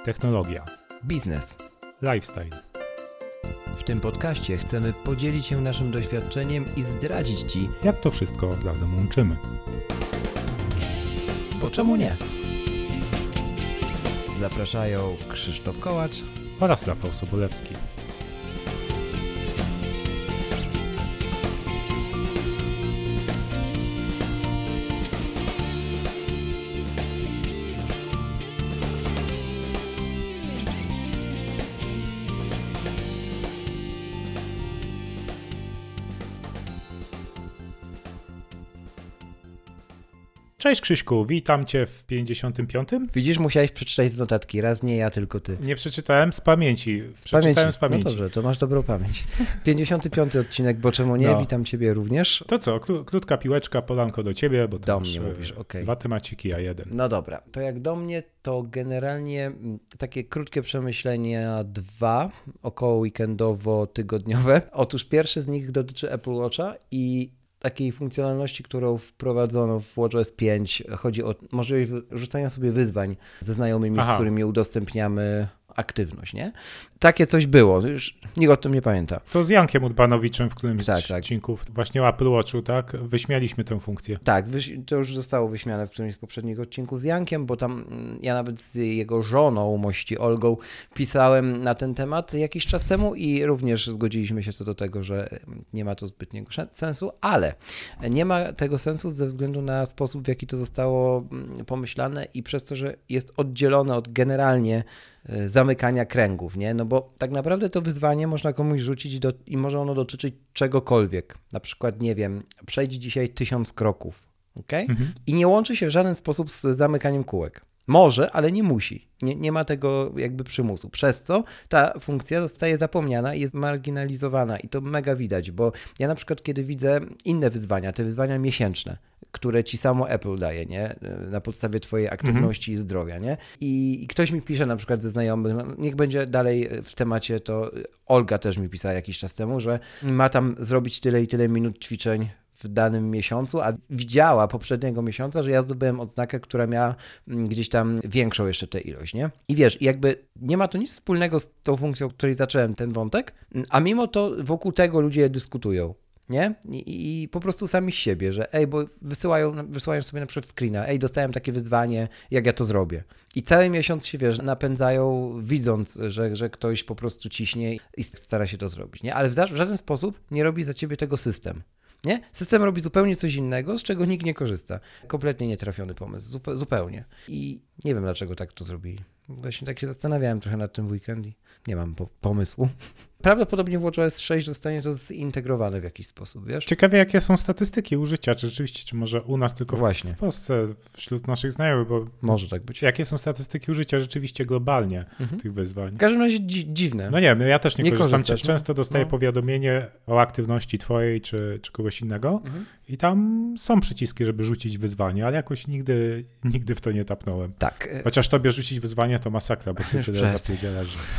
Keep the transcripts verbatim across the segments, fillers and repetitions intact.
technologia, biznes, lifestyle. W tym podcaście chcemy podzielić się naszym doświadczeniem i zdradzić Ci, jak to wszystko razem łączymy. Bo czemu nie? Zapraszają Krzysztof Kołacz Oraz Rafał Sobolewski. Cześć Krzyśku, witam Cię w pięćdziesiątym piątym. Widzisz, musiałeś przeczytać z notatki, raz nie ja, tylko Ty. Nie przeczytałem z pamięci. Z Przeczytałem pamięci. z pamięci. No dobrze, to masz dobrą pamięć. pięćdziesiąty piąty odcinek, bo czemu nie? No. Witam Ciebie również. To co, kró- krótka piłeczka, polanko do Ciebie, bo to Do masz mnie mówisz, okej. dwa temaciki, a jeden. No dobra, to jak do mnie, to generalnie mm, takie krótkie przemyślenia dwa, około weekendowo-tygodniowe. Otóż pierwszy z nich dotyczy Apple Watcha i takiej funkcjonalności, którą wprowadzono w WatchOS pięć. Chodzi o możliwość rzucania sobie wyzwań ze znajomymi, Aha. z którymi udostępniamy aktywność, nie? Takie coś było, już nikt o tym nie pamięta. To z Jankiem Udbanowiczem w którymś Tak, z tak. odcinków właśnie o Apple Watchu, tak? Wyśmialiśmy tę funkcję. Tak, wyś- to już zostało wyśmiane w którymś z poprzednich odcinków z Jankiem, bo tam mm, ja nawet z jego żoną, mości Olgą, pisałem na ten temat jakiś czas temu i również zgodziliśmy się co do tego, że nie ma to zbytniego sze- sensu, ale nie ma tego sensu ze względu na sposób, w jaki to zostało mm, pomyślane i przez to, że jest oddzielone od generalnie y, zamykania kręgów, nie? No bo tak naprawdę to wyzwanie można komuś rzucić do, i może ono dotyczyć czegokolwiek. Na przykład, nie wiem, przejdź dzisiaj tysiąc kroków, okej? Mhm. I nie łączy się w żaden sposób z zamykaniem kółek. Może, ale nie musi. Nie, nie ma tego jakby przymusu. Przez co ta funkcja zostaje zapomniana i jest marginalizowana i to mega widać, bo ja na przykład kiedy widzę inne wyzwania, te wyzwania miesięczne, które ci samo Apple daje, nie? Na podstawie twojej aktywności i zdrowia, nie? I, I ktoś mi pisze na przykład ze znajomych, no, niech będzie dalej w temacie, to Olga też mi pisała jakiś czas temu, że ma tam zrobić tyle i tyle minut ćwiczeń w danym miesiącu, a widziała poprzedniego miesiąca, że ja zdobyłem odznakę, która miała gdzieś tam większą jeszcze tę ilość, nie? I wiesz, jakby nie ma to nic wspólnego z tą funkcją, której zacząłem ten wątek, a mimo to wokół tego ludzie dyskutują, nie? I, i po prostu sami z siebie, że ej, bo wysyłają, wysyłają sobie na przykład screena, ej, dostałem takie wyzwanie, jak ja to zrobię. I cały miesiąc się, wiesz, napędzają, widząc, że, że ktoś po prostu ciśnie i stara się to zrobić, nie? Ale w, za, w żaden sposób nie robi za ciebie tego system. Nie? System robi zupełnie coś innego, z czego nikt nie korzysta. Kompletnie nietrafiony pomysł, zupe- zupełnie. I nie wiem, dlaczego tak to zrobili. Właśnie tak się zastanawiałem trochę nad tym w weekend i nie mam po- pomysłu. Prawdopodobnie w WatchOS sześć zostanie to zintegrowane w jakiś sposób, wiesz? Ciekawe, jakie są statystyki użycia, czy rzeczywiście, czy może u nas tylko w, Właśnie. w Polsce, wśród naszych znajomych, bo Może tak być. jakie są statystyki użycia rzeczywiście globalnie Mhm. tych wyzwań? W każdym razie dzi- dziwne. No nie wiem, ja też nie, Nie korzystam. korzystasz, no? Często dostaję No. powiadomienie o aktywności twojej czy, czy kogoś innego Mhm. i tam są przyciski, żeby rzucić wyzwanie, ale jakoś nigdy, nigdy w to nie tapnąłem. Tak. e, Chociaż tobie rzucić wyzwanie to masakra, bo ty Już tyle przestań. zapierdzielasz, że...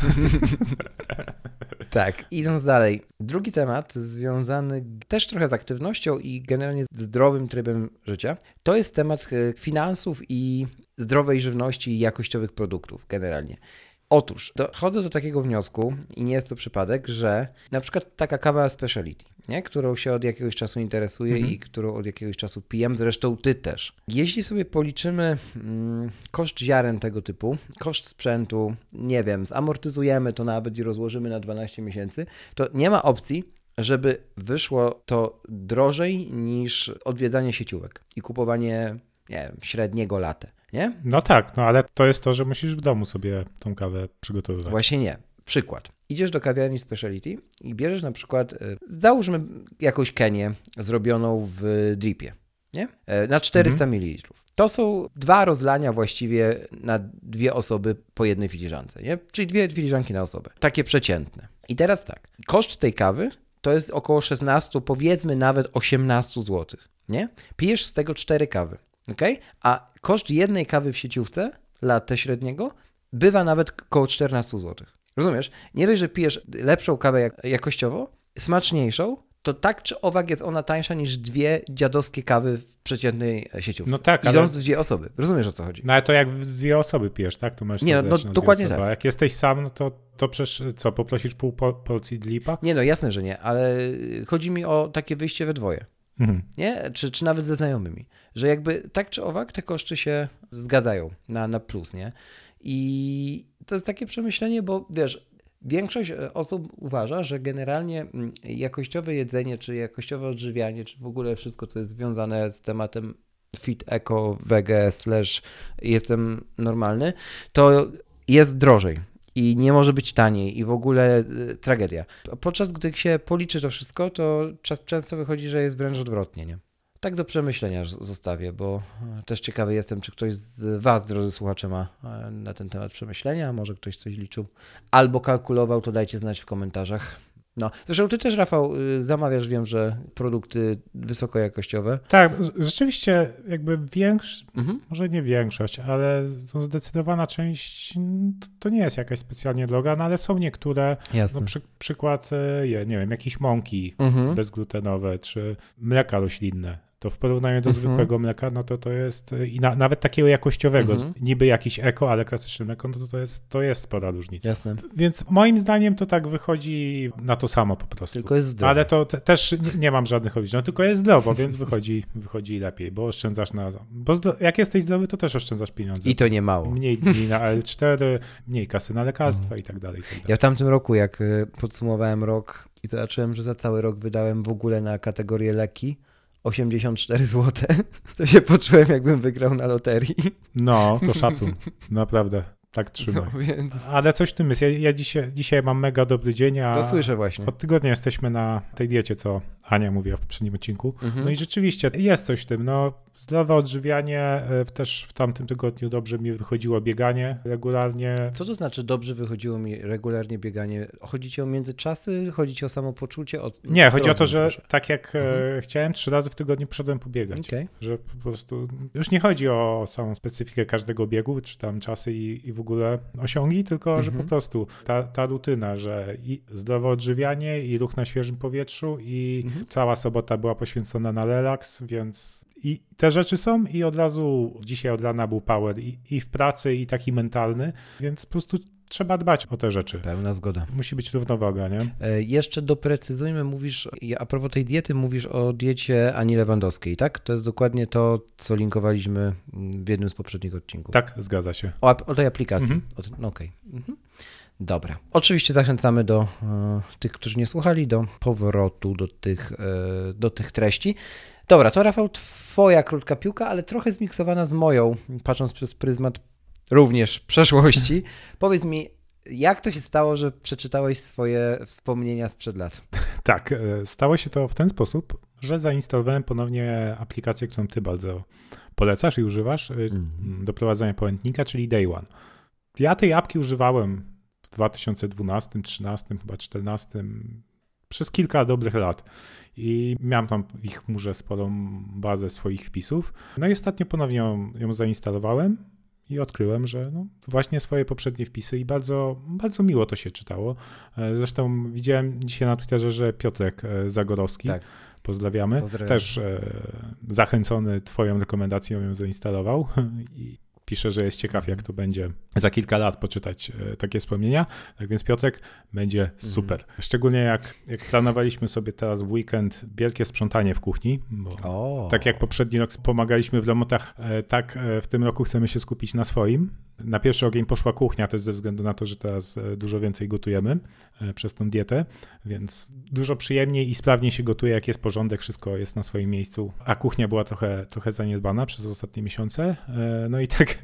Tak, idąc dalej. Drugi temat związany też trochę z aktywnością i generalnie z zdrowym trybem życia, to jest temat e, finansów i zdrowej żywności i jakościowych produktów generalnie. Otóż dochodzę do takiego wniosku i nie jest to przypadek, że na przykład taka kawa speciality, nie? Którą się od jakiegoś czasu interesuję Mhm. i którą od jakiegoś czasu pijem, zresztą ty też. Jeśli sobie policzymy mm, koszt ziaren tego typu, koszt sprzętu, nie wiem, zamortyzujemy to nawet i rozłożymy na dwanaście miesięcy, to nie ma opcji, żeby wyszło to drożej niż odwiedzanie sieciówek i kupowanie, nie wiem, średniego latte, nie? No tak, no ale to jest to, że musisz w domu sobie tą kawę przygotowywać. Właśnie nie. Przykład. Idziesz do kawiarni speciality i bierzesz na przykład, y, załóżmy jakąś kenię zrobioną w dripie, nie? Y, na czterysta mililitrów. To są dwa rozlania właściwie na dwie osoby po jednej filiżance, nie? Czyli dwie filiżanki na osobę. Takie przeciętne. I teraz tak, koszt tej kawy to jest około szesnaście, powiedzmy nawet osiemnaście złotych, nie? Pijesz z tego cztery kawy, okej? A koszt jednej kawy w sieciówce, latte średniego, bywa nawet koło czternaście złotych. Rozumiesz? Nie dość, że pijesz lepszą kawę jak- jakościowo, smaczniejszą, to to tak czy owak jest ona tańsza niż dwie dziadowskie kawy w przeciętnej sieciówce. No tak, ale... Idąc w dwie osoby. Rozumiesz, o co chodzi? No ale to jak dwie osoby pijesz, tak? To możesz Nie, to no, zleć na dokładnie dwie osoby. tak. A jak jesteś sam, no to, to przecież co, poprosisz pół po, porcji dlipa? Nie, no jasne, że nie, ale chodzi mi o takie wyjście we dwoje. Mhm. Nie? Czy, czy nawet ze znajomymi. Że jakby tak czy owak te koszty się zgadzają na, na plus, nie? I to jest takie przemyślenie, bo wiesz, większość osób uważa, że generalnie jakościowe jedzenie, czy jakościowe odżywianie, czy w ogóle wszystko, co jest związane z tematem fit, eco, wege, slash jestem normalny, to jest drożej i nie może być taniej i w ogóle y, tragedia. Podczas gdy się policzy to wszystko, to czas, często wychodzi, że jest wręcz odwrotnie, nie? Tak do przemyślenia zostawię, bo też ciekawy jestem, czy ktoś z was, drodzy słuchacze, ma na ten temat przemyślenia, może ktoś coś liczył albo kalkulował, to dajcie znać w komentarzach. No, zresztą ty też, Rafał, zamawiasz, wiem, że produkty wysokojakościowe. Tak, rzeczywiście jakby większość, Mhm. może nie większość, ale to zdecydowana część to, to nie jest jakaś specjalnie droga, no ale są niektóre, Jasne. no przy, przykład, je, nie wiem, jakieś mąki Mhm. bezglutenowe, czy mleka roślinne. To w porównaniu do Mhm. zwykłego mleka, no to to jest, i na, nawet takiego jakościowego, Mhm. niby jakiś eko, ale klasyczne mleko, no to to jest, to jest spora różnica. Jasne. Więc moim zdaniem to tak wychodzi na to samo po prostu. Tylko jest zdrowe. Ale to te, też nie, nie mam żadnych obliczeń, no tylko jest zdrowo, więc wychodzi, wychodzi lepiej, bo oszczędzasz na... Bo zdro, jak jesteś zdrowy, to też oszczędzasz pieniądze. I to nie mało. Mniej dni na L cztery, mniej kasy na lekarstwa i tak dalej. I tak dalej. Ja w tamtym roku, jak y, podsumowałem rok i zobaczyłem, że za cały rok wydałem w ogóle na kategorię leki osiemdziesiąt cztery złote, to się poczułem, jakbym wygrał na loterii. No, to szacun, naprawdę. Tak trzymaj. No, więc... Ale coś w tym jest. Ja, ja dzisiaj, dzisiaj mam mega dobry dzień, a To słyszę właśnie. od tygodnia jesteśmy na tej diecie, co Ania mówiła w poprzednim odcinku. Mhm. No i rzeczywiście jest coś w tym. No, zdrowe odżywianie, e, też w tamtym tygodniu dobrze mi wychodziło bieganie regularnie. Co to znaczy dobrze wychodziło mi regularnie bieganie? Chodzi ci o międzyczasy? Chodzi ci o samopoczucie? O... Nie, chodzi o to, że Proszę. tak jak e, Mhm. chciałem, trzy razy w tygodniu poszedłem pobiegać. Okej. Że po prostu już nie chodzi o samą specyfikę każdego biegu, czy tam czasy i, i w ogóle osiągi, tylko że Mhm. po prostu ta, ta rutyna, że i zdrowe odżywianie, i ruch na świeżym powietrzu, i Mhm. cała sobota była poświęcona na relaks, więc i te rzeczy są i od razu dzisiaj od rana był power i, i w pracy, i taki mentalny, więc po prostu trzeba dbać o te rzeczy. Pełna zgoda. Musi być równowaga, nie? E, jeszcze doprecyzujmy, mówisz, a propos tej diety, mówisz o diecie Ani Lewandowskiej, tak? To jest dokładnie to, co linkowaliśmy w jednym z poprzednich odcinków. Tak, zgadza się. O, ap- o tej aplikacji. Mhm. O, no okej. Mhm. Dobra. Oczywiście zachęcamy do e, tych, którzy nie słuchali, do powrotu do tych, e, do tych treści. Dobra, to Rafał, twoja krótka piłka, ale trochę zmiksowana z moją, patrząc przez pryzmat również przeszłości. Powiedz mi, jak to się stało, że przeczytałeś swoje wspomnienia sprzed lat? Tak, e, stało się to w ten sposób, że zainstalowałem ponownie aplikację, którą ty bardzo polecasz i używasz e, Mhm. do prowadzenia pamiętnika, czyli Day One. Ja tej apki używałem w dwa tysiące dwunastym, trzynastym, chyba czternastym, przez kilka dobrych lat i miałem tam w ich chmurze sporą bazę swoich wpisów. No i ostatnio ponownie ją, ją zainstalowałem i odkryłem, że no, właśnie swoje poprzednie wpisy i bardzo, bardzo miło to się czytało. E, Zresztą widziałem dzisiaj na Twitterze, że Piotrek e, Zagorowski, Tak. pozdrawiamy, Pozdrawiam. też e, zachęcony twoją rekomendacją ją zainstalował i pisze, że jest ciekaw, jak to będzie za kilka lat poczytać e, takie wspomnienia. Tak więc Piotrek, będzie super. Szczególnie jak, jak planowaliśmy sobie teraz w weekend wielkie sprzątanie w kuchni, bo O. tak jak poprzedni rok pomagaliśmy w remontach, e, tak e, w tym roku chcemy się skupić na swoim. Na pierwszy ogień poszła kuchnia też ze względu na to, że teraz e, dużo więcej gotujemy e, przez tą dietę, więc dużo przyjemniej i sprawniej się gotuje, jak jest porządek, wszystko jest na swoim miejscu, a kuchnia była trochę, trochę zaniedbana przez ostatnie miesiące. E, No i tak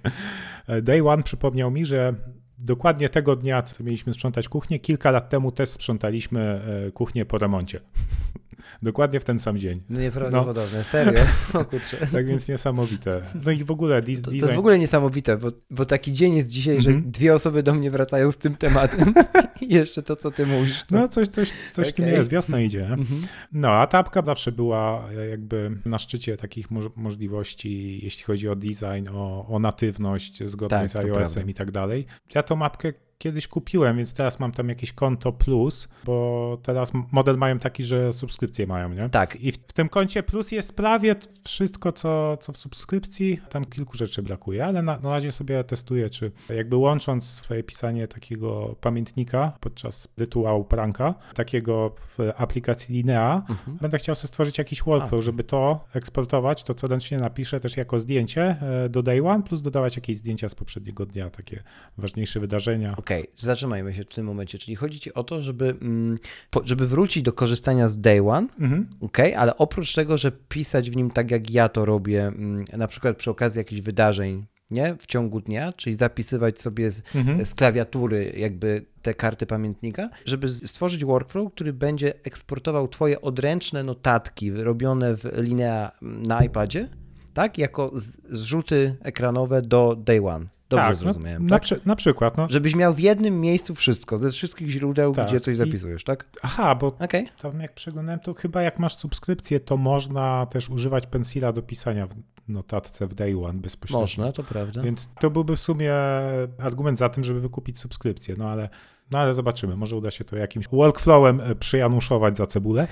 Day One przypomniał mi, że dokładnie tego dnia, co mieliśmy sprzątać kuchnię, kilka lat temu też sprzątaliśmy e, kuchnię po remoncie. Dokładnie w ten sam dzień. No nieprawdopodobne, serio? O kurczę. Tak więc niesamowite. No i w ogóle dis- To, design... to jest w ogóle niesamowite, bo, bo taki dzień jest dzisiaj, że Mhm. dwie osoby do mnie wracają z tym tematem i jeszcze to, co ty mówisz. To... No coś, coś, coś w tym Okej. jest, wiosna idzie. Mhm. No, a ta apka zawsze była jakby na szczycie takich mo- możliwości, jeśli chodzi o design, o, o natywność, zgodność Tak, z to iOS-em prawda. i tak dalej. Ja tą apkę kiedyś kupiłem, więc teraz mam tam jakieś konto plus, bo teraz model mają taki, że subskrypcje mają, nie? Tak. I w, w tym koncie plus jest prawie wszystko, co, co w subskrypcji. Tam kilku rzeczy brakuje, ale na, na razie sobie testuję, czy jakby łącząc swoje pisanie takiego pamiętnika podczas rytuału pranka, takiego w aplikacji Linea, mhm. będę chciał sobie stworzyć jakiś workflow, A. żeby to eksportować, to co ręcznie napiszę też jako zdjęcie do Day One, plus dodawać jakieś zdjęcia z poprzedniego dnia, takie ważniejsze wydarzenia. Okej, okay, zatrzymajmy się w tym momencie, czyli chodzi ci o to, żeby, żeby wrócić do korzystania z Day One, mhm. okay, ale oprócz tego, że pisać w nim tak jak ja to robię, na przykład przy okazji jakichś wydarzeń, nie? W ciągu dnia, czyli zapisywać sobie z, mhm. z klawiatury jakby te karty pamiętnika, żeby stworzyć workflow, który będzie eksportował twoje odręczne notatki robione w Linea na iPadzie, tak? Jako zrzuty ekranowe do Day One. Dobrze tak, zrozumiałem, no, tak? Na, przy, na przykład. No. Żebyś miał w jednym miejscu wszystko, ze wszystkich źródeł, tak. gdzie coś zapisujesz, I, tak? Aha, bo okay. tam jak przeglądałem, to chyba jak masz subskrypcję, to można też używać Pencila do pisania w notatce w Day One bezpośrednio. Można, to prawda. Więc to byłby w sumie argument za tym, żeby wykupić subskrypcję, no ale, no ale zobaczymy, może uda się to jakimś workflowem przyjanuszować za cebulę.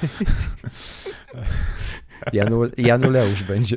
Janu, Januleusz będzie.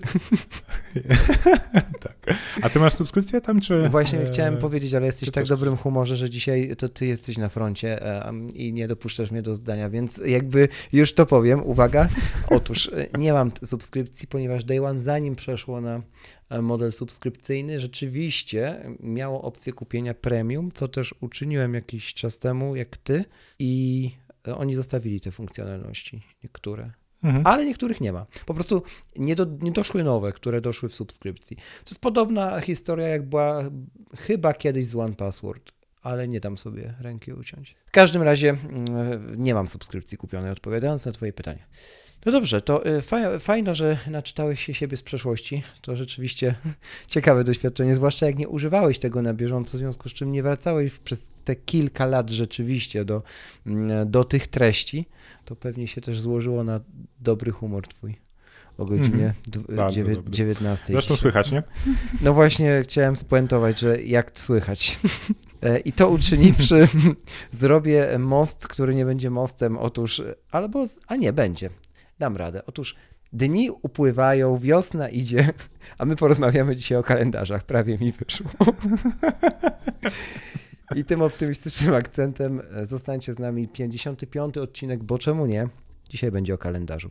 Tak. A ty masz subskrypcję tam, czy... Właśnie e... chciałem powiedzieć, ale jesteś w tak dobrym humorze, że dzisiaj to ty jesteś na froncie um, i nie dopuszczasz mnie do zdania, więc jakby już to powiem. Uwaga. Otóż nie mam subskrypcji, ponieważ Day One, zanim przeszło na model subskrypcyjny, rzeczywiście miało opcję kupienia premium, co też uczyniłem jakiś czas temu, jak ty, i oni zostawili te funkcjonalności, niektóre. Mhm. Ale niektórych nie ma. Po prostu nie, do, nie doszły nowe, które doszły w subskrypcji. To jest podobna historia, jak była chyba kiedyś z One Password, ale nie dam sobie ręki uciąć. W każdym razie nie mam subskrypcji kupionej, odpowiadając na twoje pytanie. No dobrze, to fajno, że naczytałeś się siebie z przeszłości. To rzeczywiście ciekawe doświadczenie, zwłaszcza jak nie używałeś tego na bieżąco, w związku z czym nie wracałeś przez te kilka lat rzeczywiście do, do tych treści. To pewnie się też złożyło na dobry humor twój o godzinie mm-hmm. dziewiętnastej. Zresztą słychać, nie? No właśnie chciałem spuentować, że jak słychać. I to uczyniwszy, zrobię most, który nie będzie mostem. Otóż, albo, a nie, będzie. Dam radę. Otóż dni upływają, wiosna idzie, a my porozmawiamy dzisiaj o kalendarzach. Prawie mi wyszło. I tym optymistycznym akcentem zostańcie z nami. pięćdziesiąty piąty odcinek, bo czemu nie? Dzisiaj będzie o kalendarzu.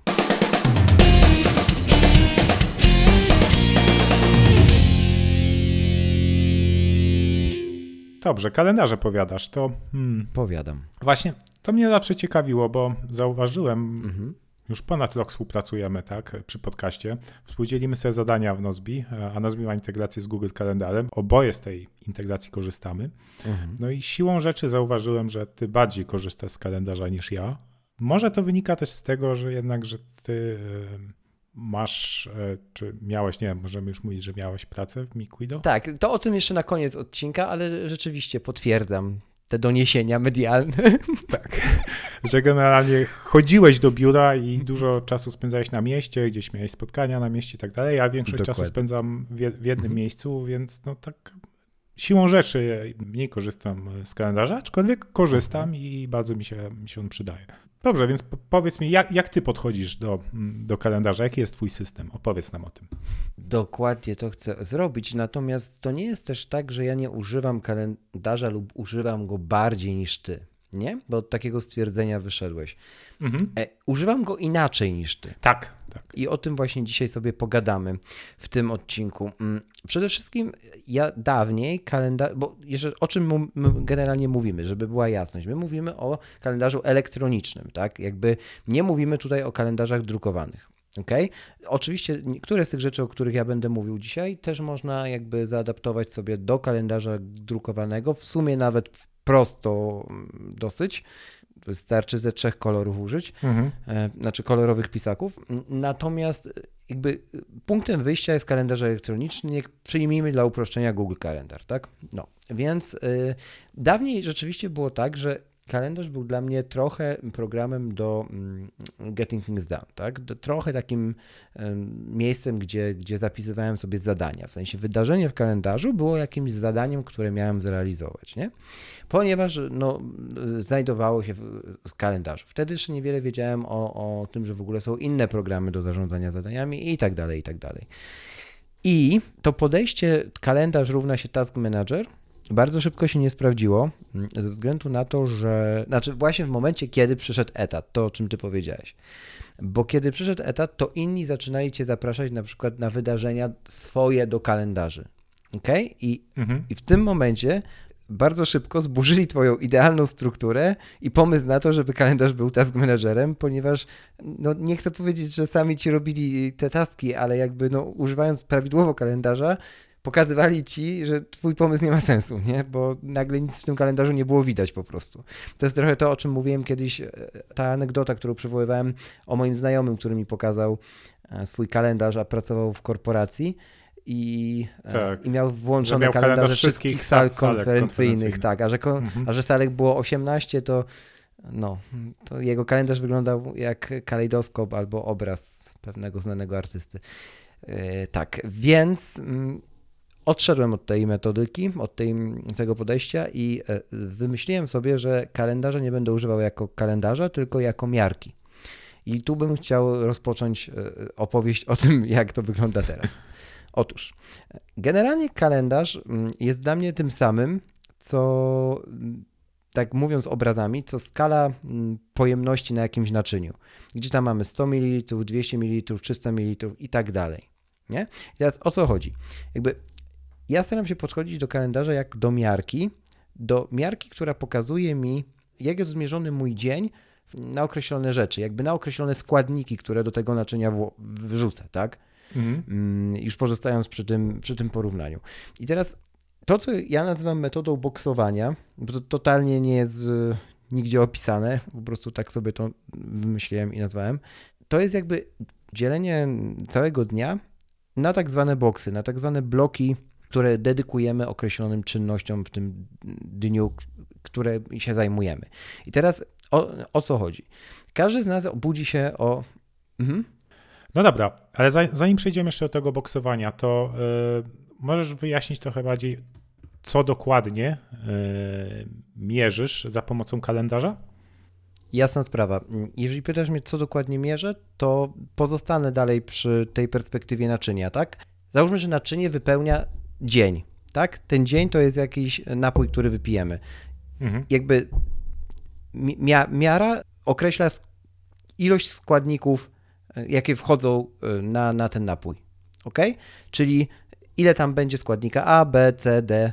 Dobrze, kalendarze powiadasz, to... Hmm. Powiadam. Właśnie, to mnie zawsze ciekawiło, bo zauważyłem, mhm. już ponad rok współpracujemy, tak, przy podcaście. Współdzielimy sobie zadania w Nozbi, a Nozbi ma integrację z Google Kalendarem. Oboje z tej integracji korzystamy. Mhm. No i siłą rzeczy zauważyłem, że ty bardziej korzystasz z kalendarza niż ja. Może to wynika też z tego, że jednak, że ty masz, czy miałeś, nie wiem, możemy już mówić, że miałeś pracę w Miquido? Tak, to o tym jeszcze na koniec odcinka, ale rzeczywiście potwierdzam te doniesienia medialne. Tak, że generalnie chodziłeś do biura i dużo czasu spędzałeś na mieście, gdzieś miałeś spotkania na mieście i tak dalej, ja większość Dokładnie. czasu spędzam w jednym mhm. miejscu, więc no tak siłą rzeczy mniej korzystam z kalendarza, aczkolwiek korzystam mhm. i bardzo mi się, mi się on przydaje. Dobrze, więc powiedz mi, jak, jak ty podchodzisz do, do kalendarza? Jaki jest twój system? Opowiedz nam o tym. Dokładnie to chcę zrobić, natomiast to nie jest też tak, że ja nie używam kalendarza lub używam go bardziej niż ty, nie? Bo od takiego stwierdzenia wyszedłeś. Mhm. E, używam go inaczej niż ty. Tak, tak. I o tym właśnie dzisiaj sobie pogadamy w tym odcinku. Przede wszystkim ja dawniej kalendarz, bo jeżeli, o czym my generalnie mówimy, żeby była jasność, my mówimy o kalendarzu elektronicznym, tak? Jakby nie mówimy tutaj o kalendarzach drukowanych. Okay? Oczywiście niektóre z tych rzeczy, o których ja będę mówił dzisiaj, też można jakby zaadaptować sobie do kalendarza drukowanego, w sumie nawet prosto dosyć. Wystarczy ze trzech kolorów użyć, mhm. e, znaczy kolorowych pisaków. Natomiast jakby punktem wyjścia jest kalendarz elektroniczny, niech przyjmijmy dla uproszczenia Google Kalendar, tak? No, więc y, dawniej rzeczywiście było tak, że Kalendarz był dla mnie trochę programem do mm, getting things done, tak? Do, trochę takim um, miejscem, gdzie, gdzie zapisywałem sobie zadania. W sensie wydarzenie w kalendarzu było jakimś zadaniem, które miałem zrealizować, nie? Ponieważ no, znajdowało się w, w kalendarzu. Wtedy jeszcze niewiele wiedziałem o, o tym, że w ogóle są inne programy do zarządzania zadaniami i tak dalej, i tak dalej. I to podejście kalendarz równa się task manager bardzo szybko się nie sprawdziło, ze względu na to, że, znaczy właśnie w momencie, kiedy przyszedł etat, to o czym ty powiedziałeś, bo kiedy przyszedł etat, to inni zaczynali cię zapraszać na przykład na wydarzenia swoje do kalendarzy, okej? Okay? I, mhm. I w tym momencie bardzo szybko zburzyli twoją idealną strukturę i pomysł na to, żeby kalendarz był task managerem, ponieważ no nie chcę powiedzieć, że sami ci robili te taski, ale jakby no używając prawidłowo kalendarza, pokazywali ci, że twój pomysł nie ma sensu, nie? Bo nagle nic w tym kalendarzu nie było widać po prostu. To jest trochę to, o czym mówiłem kiedyś, ta anegdota, którą przywoływałem o moim znajomym, który mi pokazał swój kalendarz, a pracował w korporacji i, tak. i miał włączone miał kalendarze kalendarz wszystkich sal konferencyjnych, tak, a że, ko- mhm. a że salek było osiemnaście, to no, to jego kalendarz wyglądał jak kalejdoskop albo obraz pewnego znanego artysty. Yy, tak, więc mm, odszedłem od tej metodyki, od tej, tego podejścia i wymyśliłem sobie, że kalendarza nie będę używał jako kalendarza, tylko jako miarki. I tu bym chciał rozpocząć opowieść o tym, jak to wygląda teraz. Otóż, generalnie kalendarz jest dla mnie tym samym, co, tak mówiąc obrazami, co skala pojemności na jakimś naczyniu. Gdzie tam mamy sto mililitrów, dwieście mililitrów, trzysta mililitrów i tak dalej. Nie? I teraz o co chodzi? Jakby ja staram się podchodzić do kalendarza jak do miarki, do miarki, która pokazuje mi, jak jest zmierzony mój dzień na określone rzeczy, jakby na określone składniki, które do tego naczynia wrzucę, tak? Mhm. Już pozostając przy tym, przy tym porównaniu. I teraz to, co ja nazywam metodą boksowania, bo to totalnie nie jest nigdzie opisane, po prostu tak sobie to wymyśliłem i nazwałem, to jest jakby dzielenie całego dnia na tak zwane boksy, na tak zwane bloki, które dedykujemy określonym czynnościom w tym dniu, które się zajmujemy. I teraz o, o co chodzi? Każdy z nas obudzi się o... Mhm. No dobra, ale zanim przejdziemy jeszcze do tego boksowania, to yy, możesz wyjaśnić trochę bardziej, co dokładnie yy, mierzysz za pomocą kalendarza? Jasna sprawa. Jeżeli pytasz mnie, co dokładnie mierzę, to pozostanę dalej przy tej perspektywie naczynia, tak? Załóżmy, że naczynie wypełnia dzień, tak? Ten dzień to jest jakiś napój, który wypijemy. Mhm. Jakby mia- miara określa ilość składników, jakie wchodzą na, na ten napój, ok? Czyli ile tam będzie składnika A, B, C, D,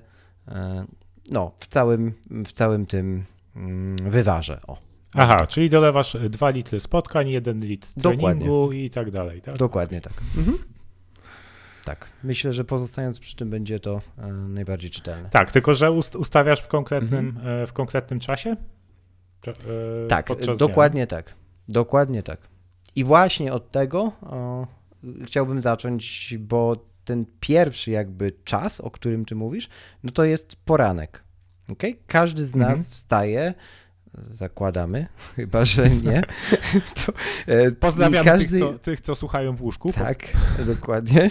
no w całym, w całym tym wywarze, o. Aha, czyli dolewasz dwa litry spotkań, jeden litr treningu Dokładnie. I tak dalej, tak? Dokładnie tak. Mhm. Tak, myślę, że pozostając przy tym będzie to e, najbardziej czytelne. Tak, tylko że ust- ustawiasz w konkretnym, mhm. e, w konkretnym czasie? Cze- e, tak, dokładnie dnia. tak. Dokładnie tak. I właśnie od tego o, chciałbym zacząć, bo ten pierwszy jakby czas, o którym ty mówisz, no to jest poranek. Okay? Każdy z nas mhm. wstaje, zakładamy, chyba że nie. To, e, Pozdrawiam każdy... tych, co, tych, co słuchają w łóżku. Tak, dokładnie.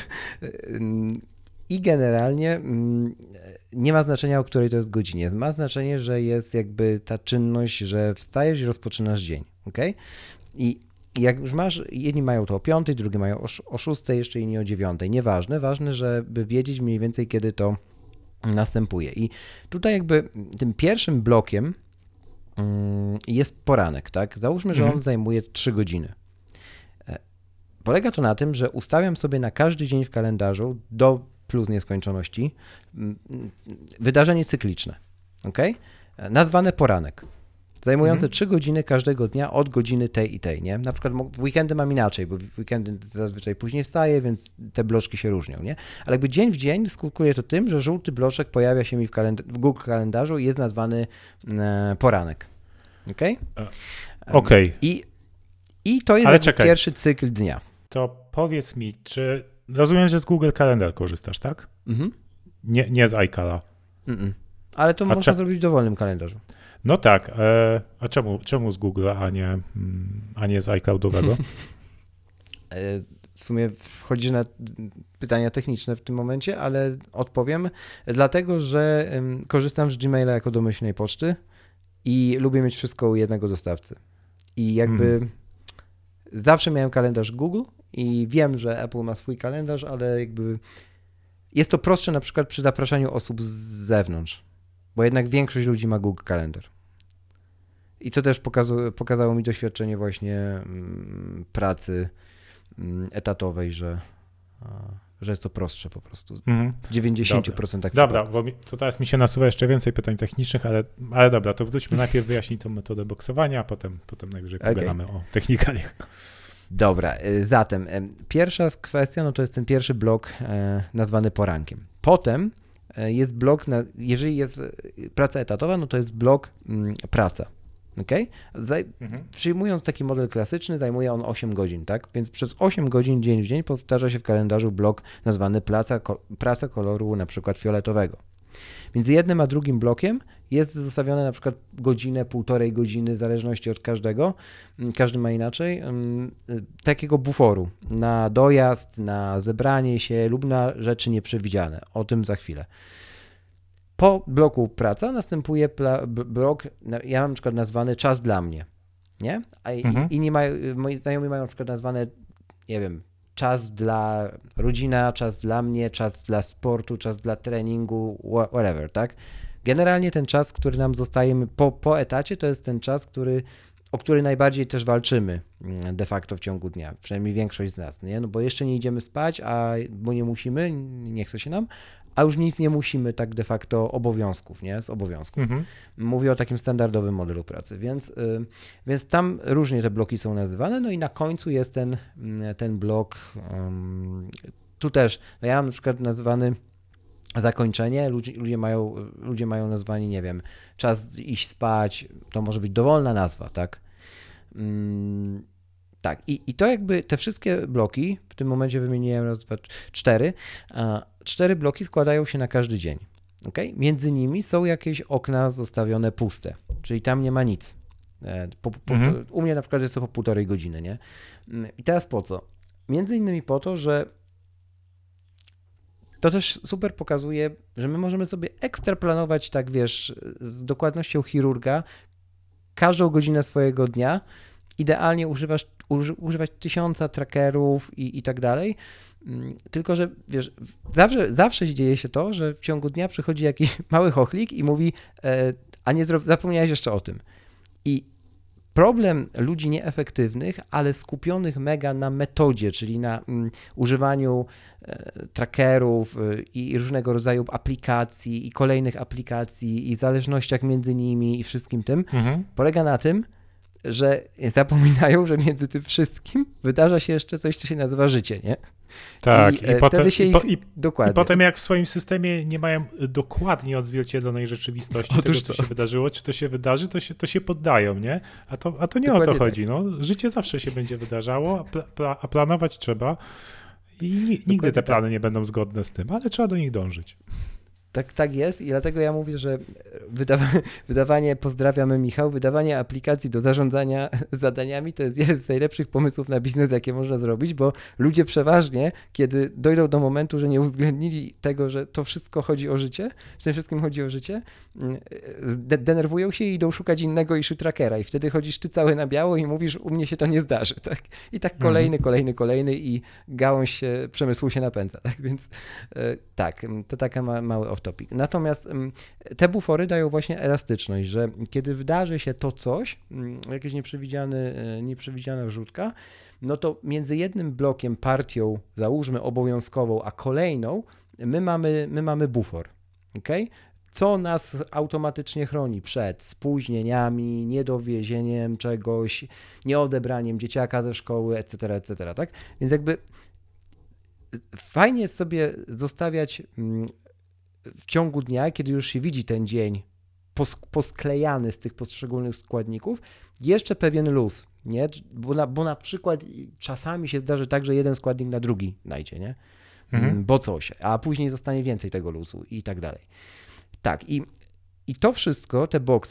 I generalnie nie ma znaczenia, o której to jest godzinie. Ma znaczenie, że jest jakby ta czynność, że wstajesz i rozpoczynasz dzień. Okay? I jak już masz, jedni mają to o piątej, drugi mają o, o szóstej, jeszcze inni o dziewiątej. Nieważne, ważne, żeby wiedzieć mniej więcej, kiedy to następuje. I tutaj jakby tym pierwszym blokiem jest poranek, tak? Załóżmy, że on mhm. zajmuje trzy godziny. Polega to na tym, że ustawiam sobie na każdy dzień w kalendarzu do plus nieskończoności wydarzenie cykliczne, ok? Nazwane poranek. Zajmujące mhm. trzy godziny każdego dnia od godziny tej i tej, nie? Na przykład w weekendy mam inaczej, bo w weekendy zazwyczaj później wstaję, więc te bloczki się różnią, nie? Ale jakby dzień w dzień skutkuje to tym, że żółty bloczek pojawia się mi w, kalend- w Google kalendarzu i jest nazwany e, poranek. Okej? Okay? Okej. Okay. I, I to jest pierwszy cykl dnia. To powiedz mi, czy rozumiem, że z Google Calendar korzystasz, tak? Mhm. Nie, nie z iCala. Mm-mm. Ale to A można cze- zrobić w dowolnym kalendarzu. No tak, e, a czemu, czemu z Google, a nie, a nie z iCloudowego? W sumie wchodzisz na pytania techniczne w tym momencie, ale odpowiem, dlatego że korzystam z Gmaila jako domyślnej poczty i lubię mieć wszystko u jednego dostawcy. I jakby hmm. zawsze miałem kalendarz Google i wiem, że Apple ma swój kalendarz, ale jakby jest to prostsze na przykład przy zapraszaniu osób z zewnątrz, bo jednak większość ludzi ma Google Kalendar. I to też pokazu- pokazało mi doświadczenie właśnie mm, pracy mm, etatowej, że, a, że jest to prostsze po prostu. Mm. W dziewięćdziesięciu procentach Dobra, bo mi, to teraz mi się nasuwa jeszcze więcej pytań technicznych, ale, ale dobra, to wróćmy najpierw wyjaśnić tą metodę boksowania, a potem, potem najwyżej pogadamy okay. o technikaliach. Dobra, zatem pierwsza kwestia, no to jest ten pierwszy blok e, nazwany porankiem. Potem jest blok, na, jeżeli jest praca etatowa, no to jest blok m, praca. Okay? Zaj- mhm. Przyjmując taki model klasyczny, zajmuje on osiem godzin, tak? Więc przez osiem godzin dzień w dzień powtarza się w kalendarzu blok nazwany praca, ko- praca koloru na przykład fioletowego. Między jednym a drugim blokiem jest zostawione na przykład godzinę, półtorej godziny, w zależności od każdego, każdy ma inaczej, takiego buforu na dojazd, na zebranie się lub na rzeczy nieprzewidziane. O tym za chwilę. Po bloku praca następuje pla- blok, ja mam na przykład nazwany czas dla mnie, nie? A mhm. inni mają, moi znajomi mają na przykład nazwane, nie wiem, czas dla rodzina, czas dla mnie, czas dla sportu, czas dla treningu, whatever, tak? Generalnie ten czas, który nam zostaje po, po etacie, to jest ten czas, który, o który najbardziej też walczymy de facto w ciągu dnia, przynajmniej większość z nas, nie? No bo jeszcze nie idziemy spać, a bo nie musimy, nie chce się nam, a już nic nie musimy tak de facto obowiązków, nie? Z obowiązków. Mhm. Mówię o takim standardowym modelu pracy, więc, y, więc tam różnie te bloki są nazywane, no i na końcu jest ten, ten blok, um, tu też, no ja mam na przykład nazwany zakończenie, ludzie, ludzie, mają, ludzie mają nazwanie, nie wiem, czas iść spać, to może być dowolna nazwa, tak? Um, tak, i, i to jakby te wszystkie bloki, w tym momencie wymieniłem raz, dwa, cztery, a cztery bloki składają się na każdy dzień. Okay? Między nimi są jakieś okna zostawione puste, czyli tam nie ma nic. Po, po, mhm. to, u mnie na przykład jest to po półtorej godziny, nie? I teraz po co? Między innymi po to, że to też super pokazuje, że my możemy sobie ekstra planować, tak wiesz, z dokładnością chirurga każdą godzinę swojego dnia. Idealnie używasz, uży, używać tysiąca trackerów i, i tak dalej, tylko że wiesz, zawsze, zawsze dzieje się to, że w ciągu dnia przychodzi jakiś mały chochlik i mówi, e, a nie zro- zapomniałeś jeszcze o tym. I problem ludzi nieefektywnych, ale skupionych mega na metodzie, czyli na mm, używaniu e, trackerów e, i różnego rodzaju aplikacji i kolejnych aplikacji i zależnościach między nimi i wszystkim tym, mhm. polega na tym, że zapominają, że między tym wszystkim wydarza się jeszcze coś, co się nazywa życie, nie? Tak, i, i, potem, się i, ich... po, i, dokładnie. i potem jak w swoim systemie nie mają dokładnie odzwierciedlonej rzeczywistości Otóż tego, co to. się wydarzyło, czy to się wydarzy, to się, to się poddają, nie? A to, a to nie dokładnie o to chodzi, tak. No. Życie zawsze się będzie wydarzało, a, pla, pla, a planować trzeba i nigdy dokładnie te plany tak. nie będą zgodne z tym, ale trzeba do nich dążyć. Tak, tak jest i dlatego ja mówię, że wydawa- wydawanie, pozdrawiamy Michał, wydawanie aplikacji do zarządzania zadaniami to jest jeden z najlepszych pomysłów na biznes, jakie można zrobić, bo ludzie przeważnie, kiedy dojdą do momentu, że nie uwzględnili tego, że to wszystko chodzi o życie, w tym wszystkim chodzi o życie, de- denerwują się i idą szukać innego issue trackera i wtedy chodzisz ty cały na biało i mówisz, u mnie się to nie zdarzy, tak? I tak kolejny, mhm. kolejny, kolejny i gałąź się, przemysłu się napędza, tak? Więc tak, to taka ma, mały off-topic. Natomiast te bufory dają właśnie elastyczność, że kiedy wydarzy się to coś, jakaś nieprzewidziany, nieprzewidziana wrzutka, no to między jednym blokiem, partią, załóżmy obowiązkową, a kolejną, my mamy, my mamy bufor, okej? Co nas automatycznie chroni przed spóźnieniami, niedowiezieniem czegoś, nieodebraniem dzieciaka ze szkoły, et cetera, et cetera, tak? Więc jakby fajnie jest sobie zostawiać w ciągu dnia, kiedy już się widzi ten dzień posk- posklejany z tych poszczególnych składników, jeszcze pewien luz, nie? Bo na, bo na przykład czasami się zdarzy tak, że jeden składnik na drugi najdzie, nie? Mhm. Bo coś, a później zostanie więcej tego luzu i tak dalej. Tak, i, i to wszystko, te boksy,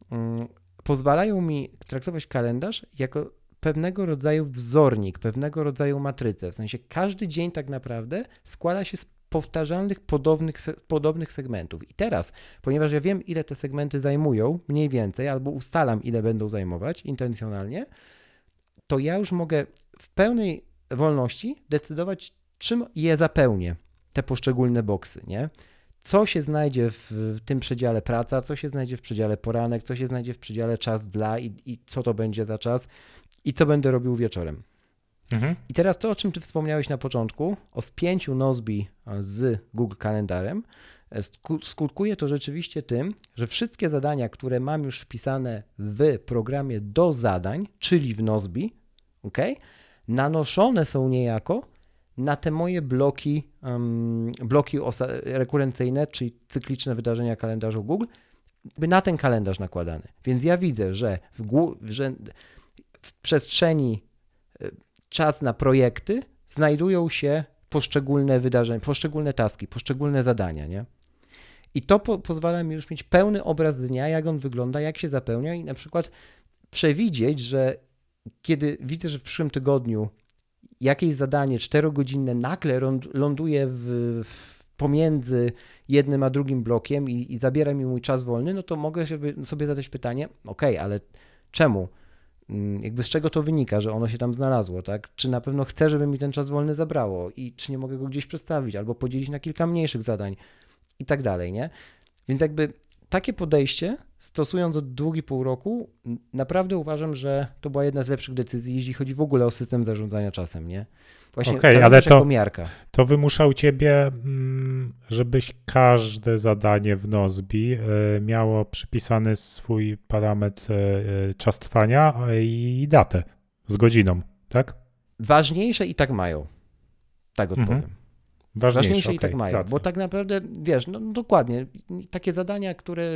mm, pozwalają mi traktować kalendarz jako pewnego rodzaju wzornik, pewnego rodzaju matrycę. W sensie każdy dzień tak naprawdę składa się z powtarzalnych, podobnych, podobnych segmentów. I teraz, ponieważ ja wiem, ile te segmenty zajmują, mniej więcej, albo ustalam, ile będą zajmować intencjonalnie, to ja już mogę w pełnej wolności decydować, czym je zapełnię, te poszczególne boksy, nie? Co się znajdzie w tym przedziale praca, co się znajdzie w przedziale poranek, co się znajdzie w przedziale czas dla i, i co to będzie za czas i co będę robił wieczorem. Mhm. I teraz to, o czym ty wspomniałeś na początku, o spięciu Nozbe z Google Kalendarem, skutkuje to rzeczywiście tym, że wszystkie zadania, które mam już wpisane w programie do zadań, czyli w Nozbe, okay, nanoszone są niejako na te moje bloki, um, bloki osa- rekurencyjne, czyli cykliczne wydarzenia kalendarzu Google, by na ten kalendarz nakładany. Więc ja widzę, że w, gó- że w przestrzeni czas na projekty znajdują się poszczególne wydarzenia, poszczególne taski, poszczególne zadania, nie? I to po- pozwala mi już mieć pełny obraz dnia, jak on wygląda, jak się zapełnia i na przykład przewidzieć, że kiedy widzę, że w przyszłym tygodniu jakieś zadanie czterogodzinne nagle ląduje w, w, pomiędzy jednym a drugim blokiem i, i zabiera mi mój czas wolny, no to mogę sobie, sobie zadać pytanie, okej, ale czemu? Jakby z czego to wynika, że ono się tam znalazło, tak? Czy na pewno chcę, żeby mi ten czas wolny zabrało i czy nie mogę go gdzieś przestawić albo podzielić na kilka mniejszych zadań i tak dalej, nie? Więc jakby takie podejście, stosując od dwóch i pół roku, naprawdę uważam, że to była jedna z lepszych decyzji, jeśli chodzi w ogóle o system zarządzania czasem, nie? Właśnie okay, ale to, jako miarka. To wymusza u ciebie, żebyś każde zadanie w Nozbe miało przypisany swój parametr czas trwania i datę z godziną, tak? Ważniejsze i tak mają. Tak odpowiem. Mhm. Ważniejsze, Ważniejsze okay, i tak mają, racja. bo tak naprawdę, wiesz, no dokładnie, takie zadania, które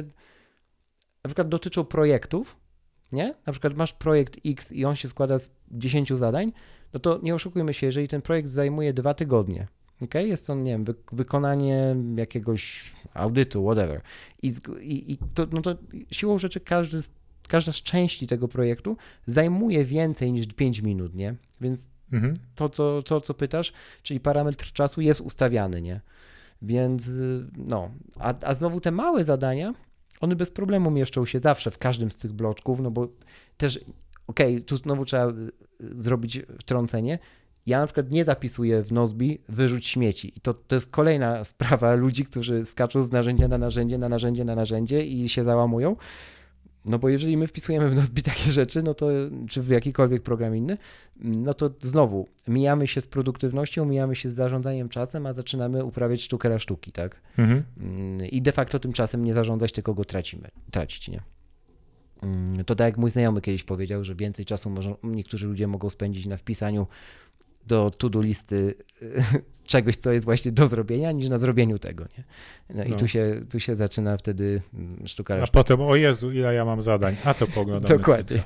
na przykład dotyczą projektów, nie? Na przykład masz projekt X i on się składa z dziesięciu zadań, no to nie oszukujmy się, jeżeli ten projekt zajmuje dwa tygodnie, okay? Jest on, nie wiem, wy- wykonanie jakiegoś audytu, whatever, i, i, i to, no to siłą rzeczy każdy, każda z części tego projektu zajmuje więcej niż pięć minut, nie? Więc mhm. to, co, to, co pytasz, czyli parametr czasu jest ustawiany, nie? Więc no, a, a znowu te małe zadania, one bez problemu mieszczą się zawsze w każdym z tych bloczków, no bo też, okej, okay, tu znowu trzeba zrobić wtrącenie. Ja na przykład nie zapisuję w Nozbe wyrzuć śmieci i to, to jest kolejna sprawa ludzi, którzy skaczą z narzędzia na narzędzie, na narzędzie, na narzędzie i się załamują. No bo jeżeli my wpisujemy w Nozbe takie rzeczy, no to, czy w jakikolwiek program inny, no to znowu mijamy się z produktywnością, mijamy się z zarządzaniem czasem, a zaczynamy uprawiać sztukę na sztuki, tak? Mhm. I de facto tym czasem nie zarządzać, tylko go tracimy, tracić, nie? To tak jak mój znajomy kiedyś powiedział, że więcej czasu może, niektórzy ludzie mogą spędzić na wpisaniu do to-do listy czegoś, co jest właśnie do zrobienia, niż na zrobieniu tego, nie? No, no. I tu się, tu się zaczyna wtedy sztuka. A potem, o Jezu, ile ja mam zadań, a to poglądamy. Dokładnie.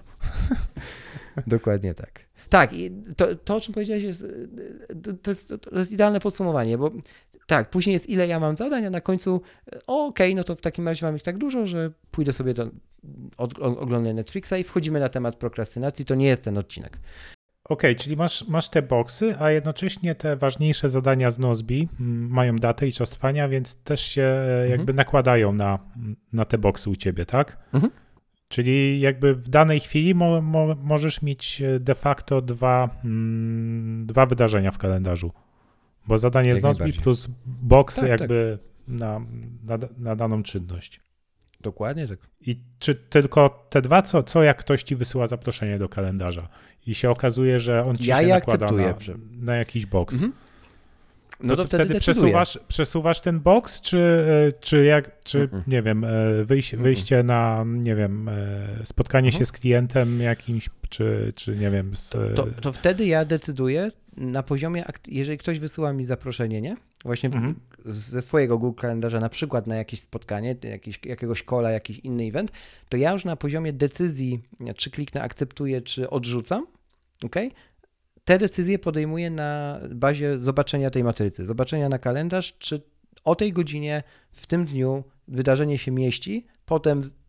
Dokładnie tak. Tak, i to, to, o czym powiedziałeś, jest, to, jest, to jest idealne podsumowanie, bo tak, później jest ile ja mam zadań, a na końcu o, okej, okay, no to w takim razie mam ich tak dużo, że pójdę sobie do od, oglądać Netflixa i wchodzimy na temat prokrastynacji, to nie jest ten odcinek. Okej, okay, czyli masz, masz te boksy, a jednocześnie te ważniejsze zadania z Nozbe mają datę i czas trwania, więc też się mhm. jakby nakładają na, na te boksy u ciebie, tak? Mhm. Czyli jakby w danej chwili mo, mo, możesz mieć de facto dwa, mm, dwa wydarzenia w kalendarzu, bo zadanie jak z Nozbe plus boks tak, jakby tak. Na, na, na daną czynność. Dokładnie tak. I czy tylko te dwa, co, co jak ktoś ci wysyła zaproszenie do kalendarza i się okazuje, że on ci ja się je nakłada na, że... na jakiś boks. Mhm. No, no to, to wtedy, wtedy przesuwasz, przesuwasz ten boks, czy, czy jak, czy mm-mm. nie wiem, wyjście, wyjście na, nie wiem, spotkanie mm-hmm. się z klientem jakimś, czy, czy nie wiem. Z... To, to, to wtedy ja decyduję na poziomie, jeżeli ktoś wysyła mi zaproszenie, nie? Właśnie mm-hmm. ze swojego Google Kalendarza, na przykład na jakieś spotkanie, jakieś, jakiegoś calla, jakiś inny event, to ja już na poziomie decyzji, czy kliknę akceptuję, czy odrzucam, okej? Okay? Te decyzje podejmuję na bazie zobaczenia tej matrycy, zobaczenia na kalendarz, czy o tej godzinie, w tym dniu wydarzenie się mieści, potem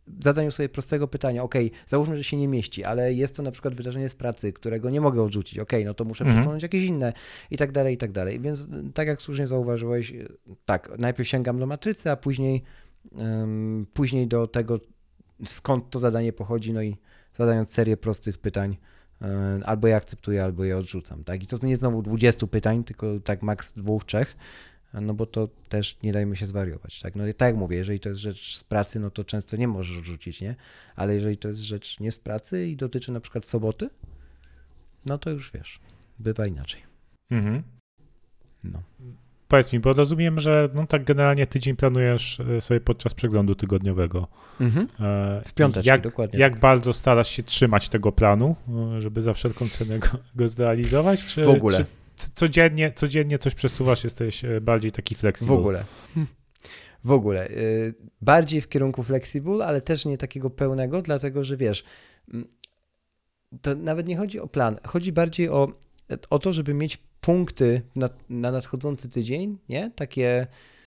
zadaniu sobie prostego pytania, ok, załóżmy, że się nie mieści, ale jest to na przykład wydarzenie z pracy, którego nie mogę odrzucić, ok, no to muszę mhm. przesunąć jakieś inne i tak dalej, i tak dalej. Więc tak jak słusznie zauważyłeś, tak, najpierw sięgam do matrycy, a później, um, później do tego, skąd to zadanie pochodzi, no i zadając serię prostych pytań, um, albo je akceptuję, albo je odrzucam, tak? I to nie znowu dwudziestu pytań, tylko tak maks dwóch, trzech, no bo to też nie dajmy się zwariować, tak? No i tak jak mówię, jeżeli to jest rzecz z pracy, no to często nie możesz odrzucić, nie? Ale jeżeli to jest rzecz nie z pracy i dotyczy na przykład soboty, no to już wiesz, bywa inaczej. Mhm. No. Powiedz mi, bo rozumiem, że no tak generalnie tydzień planujesz sobie podczas przeglądu tygodniowego. Mhm. W piąteczki, jak, dokładnie. Jak tak. bardzo starasz się trzymać tego planu, żeby za wszelką cenę go, go zrealizować? Czy, w ogóle. Czy codziennie, codziennie coś przesuwasz, jesteś bardziej taki flexible? W ogóle. W ogóle. Bardziej w kierunku flexible, ale też nie takiego pełnego, dlatego że wiesz, to nawet nie chodzi o plan, chodzi bardziej o, o to, żeby mieć punkty na, na nadchodzący tydzień, nie? Takie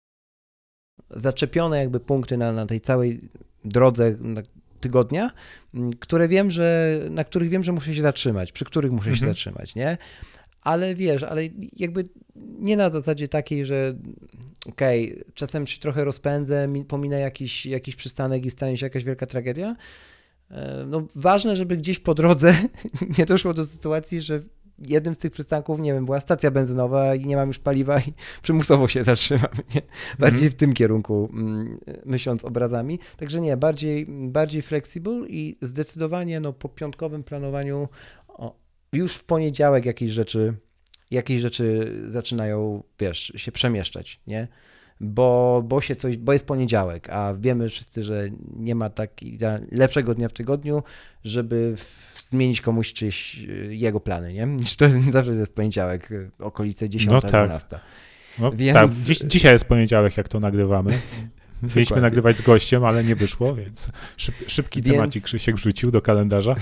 zaczepione jakby punkty na, na tej całej drodze tygodnia, które wiem, że, na których wiem, że muszę się zatrzymać, przy których muszę mhm. się zatrzymać, nie? Ale wiesz, ale jakby nie na zasadzie takiej, że okej, okay, czasem się trochę rozpędzę, pominę jakiś, jakiś przystanek i stanie się jakaś wielka tragedia. No ważne, żeby gdzieś po drodze nie doszło do sytuacji, że jednym z tych przystanków, nie wiem, była stacja benzynowa i nie mam już paliwa i przymusowo się zatrzymam. Nie? Bardziej mm. w tym kierunku myśląc obrazami. Także nie, bardziej, bardziej flexible i zdecydowanie no, po piątkowym planowaniu o, już w poniedziałek jakieś rzeczy, jakieś rzeczy zaczynają, wiesz, się przemieszczać, nie? Bo, bo się coś, bo jest poniedziałek, a wiemy wszyscy, że nie ma tak lepszego dnia w tygodniu, żeby zmienić komuś czyjeś jego plany, nie? Niż to zawsze jest poniedziałek, okolice dziesiąta, dwunasta. No, Więc... tak, dziś, dzisiaj jest poniedziałek, jak to nagrywamy. Mieliśmy nagrywać z gościem, ale nie wyszło, więc szyb, szybki więc... temacik Krzysiek wrzucił do kalendarza.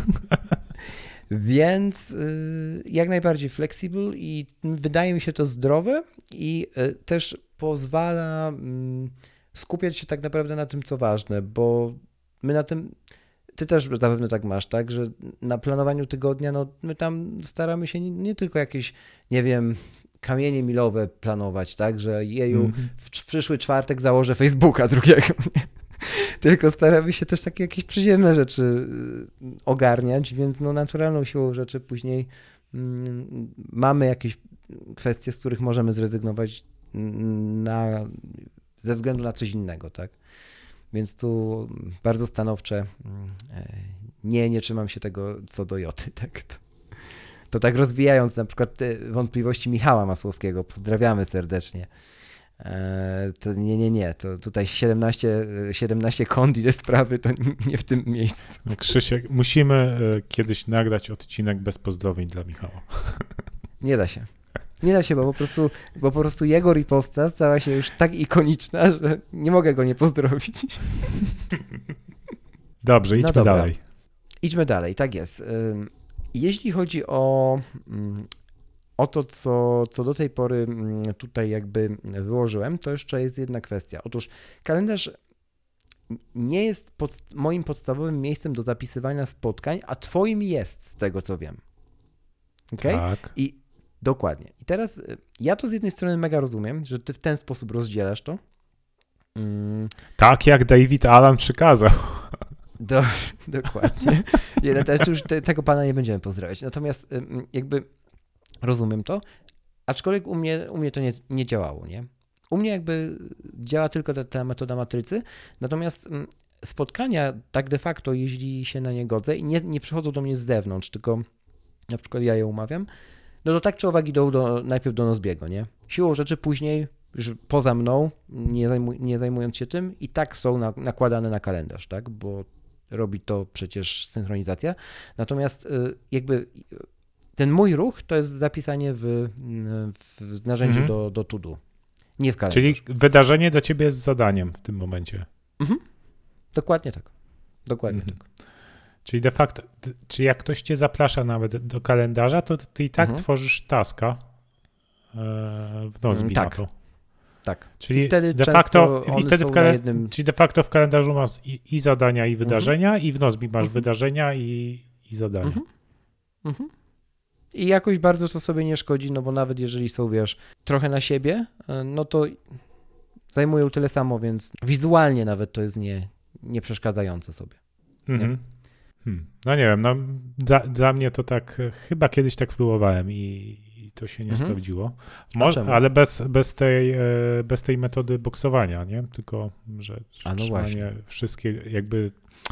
Więc y, jak najbardziej flexible i wydaje mi się to zdrowe i y, też pozwala y, skupiać się tak naprawdę na tym, co ważne, bo my na tym, ty też zapewne tak masz, tak, że na planowaniu tygodnia, no my tam staramy się nie, nie tylko jakieś, nie wiem, kamienie milowe planować, tak, że jeju, mm-hmm. w, w przyszły czwartek założę Facebooka drugiego, tylko staramy się też takie jakieś przyziemne rzeczy ogarniać, więc no naturalną siłą rzeczy później mm, mamy jakieś kwestie, z których możemy zrezygnować na, ze względu na coś innego, tak? Więc tu bardzo stanowcze nie, nie trzymam się tego co do joty, tak? To, to tak rozwijając na przykład te wątpliwości Michała Masłowskiego, pozdrawiamy serdecznie. To nie, nie, nie, to tutaj siedemnaście, siedemnaście kont i te sprawy to nie w tym miejscu. Krzysiek, musimy kiedyś nagrać odcinek bez pozdrowień dla Michała. Nie da się. Nie da się, bo po prostu, bo po prostu jego riposta stała się już tak ikoniczna, że nie mogę go nie pozdrowić. Dobrze, idźmy no dalej. Idźmy dalej, tak jest. Jeśli chodzi o... O to, co, co do tej pory tutaj jakby wyłożyłem, to jeszcze jest jedna kwestia. Otóż kalendarz nie jest pod, moim podstawowym miejscem do zapisywania spotkań, a twoim jest, z tego co wiem. Okay? Tak. I dokładnie. I teraz ja to z jednej strony mega rozumiem, że ty w ten sposób rozdzielasz to. Mm. Tak jak David Allen przykazał. Do, dokładnie. Ja, to już te, tego pana nie będziemy pozdrawiać. Natomiast jakby rozumiem to, aczkolwiek u mnie, u mnie to nie, nie działało, nie? U mnie jakby działa tylko ta, ta metoda matrycy, natomiast spotkania tak de facto, jeśli się na nie godzę i nie, nie przychodzą do mnie z zewnątrz, tylko na przykład ja je umawiam, no to tak czy owak idą do, najpierw do Nozbiego, nie? Siłą rzeczy później, już poza mną, nie, zajmuj, nie zajmując się tym, i tak są na, nakładane na kalendarz, tak? Bo robi to przecież synchronizacja. Natomiast jakby ten mój ruch to jest zapisanie w, w narzędziu mhm. do, do to-do, nie w kalendarzu. Czyli wydarzenie dla ciebie jest zadaniem w tym momencie. Mhm. Dokładnie tak. Dokładnie mhm. tak. Czyli de facto, czy jak ktoś cię zaprasza nawet do kalendarza, to ty i tak mhm. tworzysz taska w Nozbi tak. na to. Tak. Czyli I wtedy de często facto, one i wtedy są w kale- na jednym... czyli de facto w kalendarzu masz i, i zadania, i wydarzenia, Mhm. i w Nozbi masz Mhm. wydarzenia i, i zadania. Mhm. Mhm. I jakoś bardzo to sobie nie szkodzi, no bo nawet jeżeli są, wiesz, trochę na siebie, no to zajmują tyle samo, więc wizualnie nawet to jest nie, nie przeszkadzające sobie. Mhm. Hmm. No nie wiem, no dla, dla mnie to tak, chyba kiedyś tak próbowałem i, i to się nie Mhm. sprawdziło. A Może, czemu? ale bez, bez, tej, e, bez tej metody boksowania, nie? Tylko, że, że A no trzymanie właśnie. wszystkie jakby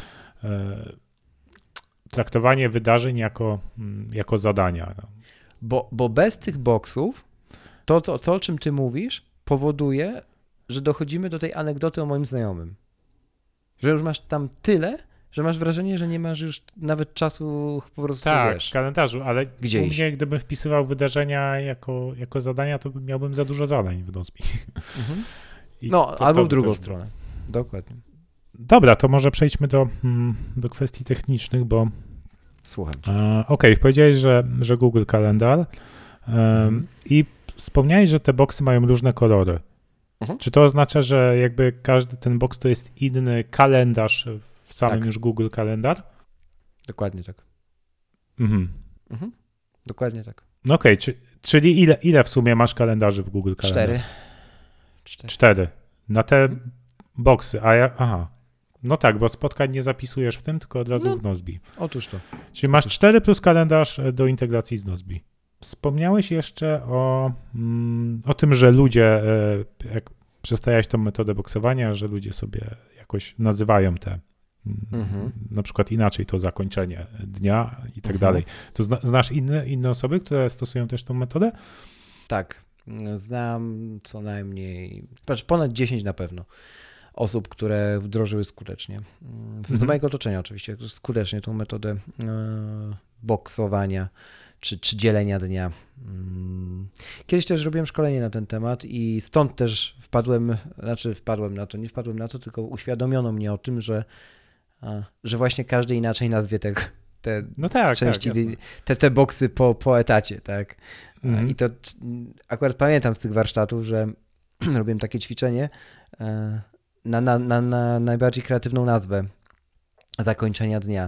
e, traktowanie wydarzeń jako, mm, jako zadania. No. Bo, bo bez tych boksów to, to, to, o czym ty mówisz, powoduje, że dochodzimy do tej anegdoty o moim znajomym. Że już masz tam tyle, że masz wrażenie, że nie masz już nawet czasu po prostu, Tak, wiesz, w kalendarzu, ale gdzie u iść. mnie, gdybym wpisywał wydarzenia jako, jako zadania, to miałbym za dużo zadań w Nozbi. Mhm. I No, to- albo to w drugą też- stronę. Dokładnie. Dobra, to może przejdźmy do, mm, do kwestii technicznych, bo Słucham cię. e, okej, powiedziałeś, że, że Google Kalendar em, Mhm. i wspomniałeś, że te boksy mają różne kolory. Mhm. Czy to oznacza, że jakby każdy ten boks to jest inny kalendarz w samym Tak. już Google Kalendar? Dokładnie tak. Mhm. Mhm. Dokładnie tak. No okej, czy, czyli ile, ile w sumie masz kalendarzy w Google Kalendar? Cztery. Cztery. Cztery. Na te boksy, a ja, aha. No tak, bo spotkań nie zapisujesz w tym, tylko od razu No. w Nozbi. Otóż to. Czyli masz cztery plus kalendarz do integracji z Nozbi. Wspomniałeś jeszcze o, mm, o tym, że ludzie, e, jak przestajałeś tą metodę boksowania, że ludzie sobie jakoś nazywają te, mm, Mhm. na przykład inaczej to zakończenie dnia i tak Mhm. dalej. To zna, znasz inne, inne osoby, które stosują też tą metodę? Tak. Znam co najmniej, patrz, ponad dziesięć na pewno osób, które wdrożyły skutecznie. Z Mhm. mojego otoczenia oczywiście, skutecznie tą metodę e, boksowania czy, czy dzielenia dnia. Mm. Kiedyś też robiłem szkolenie na ten temat i stąd też wpadłem, znaczy wpadłem na to, nie wpadłem na to, tylko uświadomiono mnie o tym, że, a, że właśnie każdy inaczej nazwie te, te No tak, części, tak, jasne. te, te boksy po, po etacie, tak. Mhm. I to c- akurat pamiętam z tych warsztatów, że robiłem takie ćwiczenie e, na, na, na, na najbardziej kreatywną nazwę zakończenia dnia.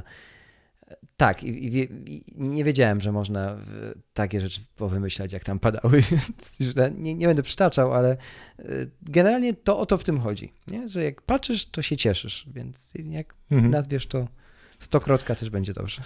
Tak, i, i, wie- i nie wiedziałem, że można e, takie rzeczy powymyślać, jak tam padały, więc już na- nie, nie będę przytaczał, ale e, generalnie to o to w tym chodzi, nie? Że jak patrzysz, to się cieszysz, więc jak Mhm. nazwiesz to stokrotka, też będzie dobrze.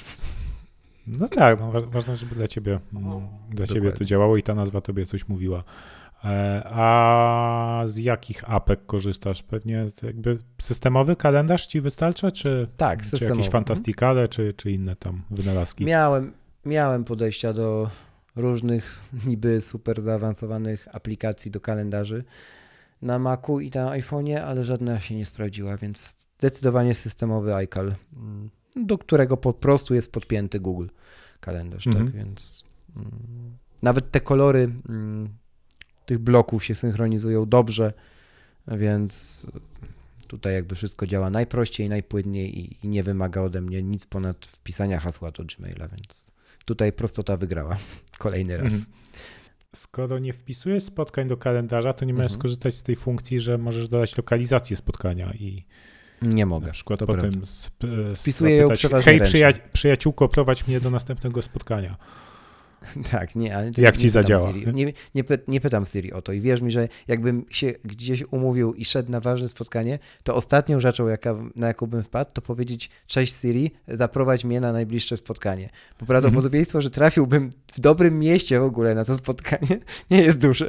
No tak, no, wa- ważne, żeby dla ciebie, mm, dla ciebie to Dokładnie. działało i ta nazwa tobie coś mówiła. E, A z jakich apek korzystasz? Pewnie jakby systemowy kalendarz ci wystarcza, czy, Tak, czy systemowy. jakieś fantastikale, czy, czy inne tam wynalazki? Miałem, miałem podejścia do różnych niby super zaawansowanych aplikacji do kalendarzy na Macu i na iPhone'ie, ale żadna się nie sprawdziła, więc zdecydowanie systemowy iCal, mm, do którego po prostu jest podpięty Google kalendarz, Mhm. tak, więc mm, nawet te kolory mm, tych bloków się synchronizują dobrze, więc tutaj jakby wszystko działa najprościej, najpłynniej i, i nie wymaga ode mnie nic ponad wpisania hasła do Gmaila, więc tutaj prostota wygrała kolejny raz. Mhm. Skoro nie wpisujesz spotkań do kalendarza, to nie możesz Mhm. skorzystać z tej funkcji, że możesz dodać lokalizację spotkania i Nie mogę. na przykład to potem prawda. sp- Wpisuję ją zapytać, przeważnie hej ręcznie. przyja- przyjaciółko, prowadź mnie do następnego spotkania. Tak, nie, ale to Jak nie ci pytam zadziała? Siri. Nie, nie, py, nie pytam Siri o to i wierz mi, że jakbym się gdzieś umówił i szedł na ważne spotkanie, to ostatnią rzeczą, jaka, na jaką bym wpadł, to powiedzieć: cześć Siri, zaprowadź mnie na najbliższe spotkanie. Bo prawdopodobieństwo, że trafiłbym w dobrym mieście w ogóle na to spotkanie, nie jest duże.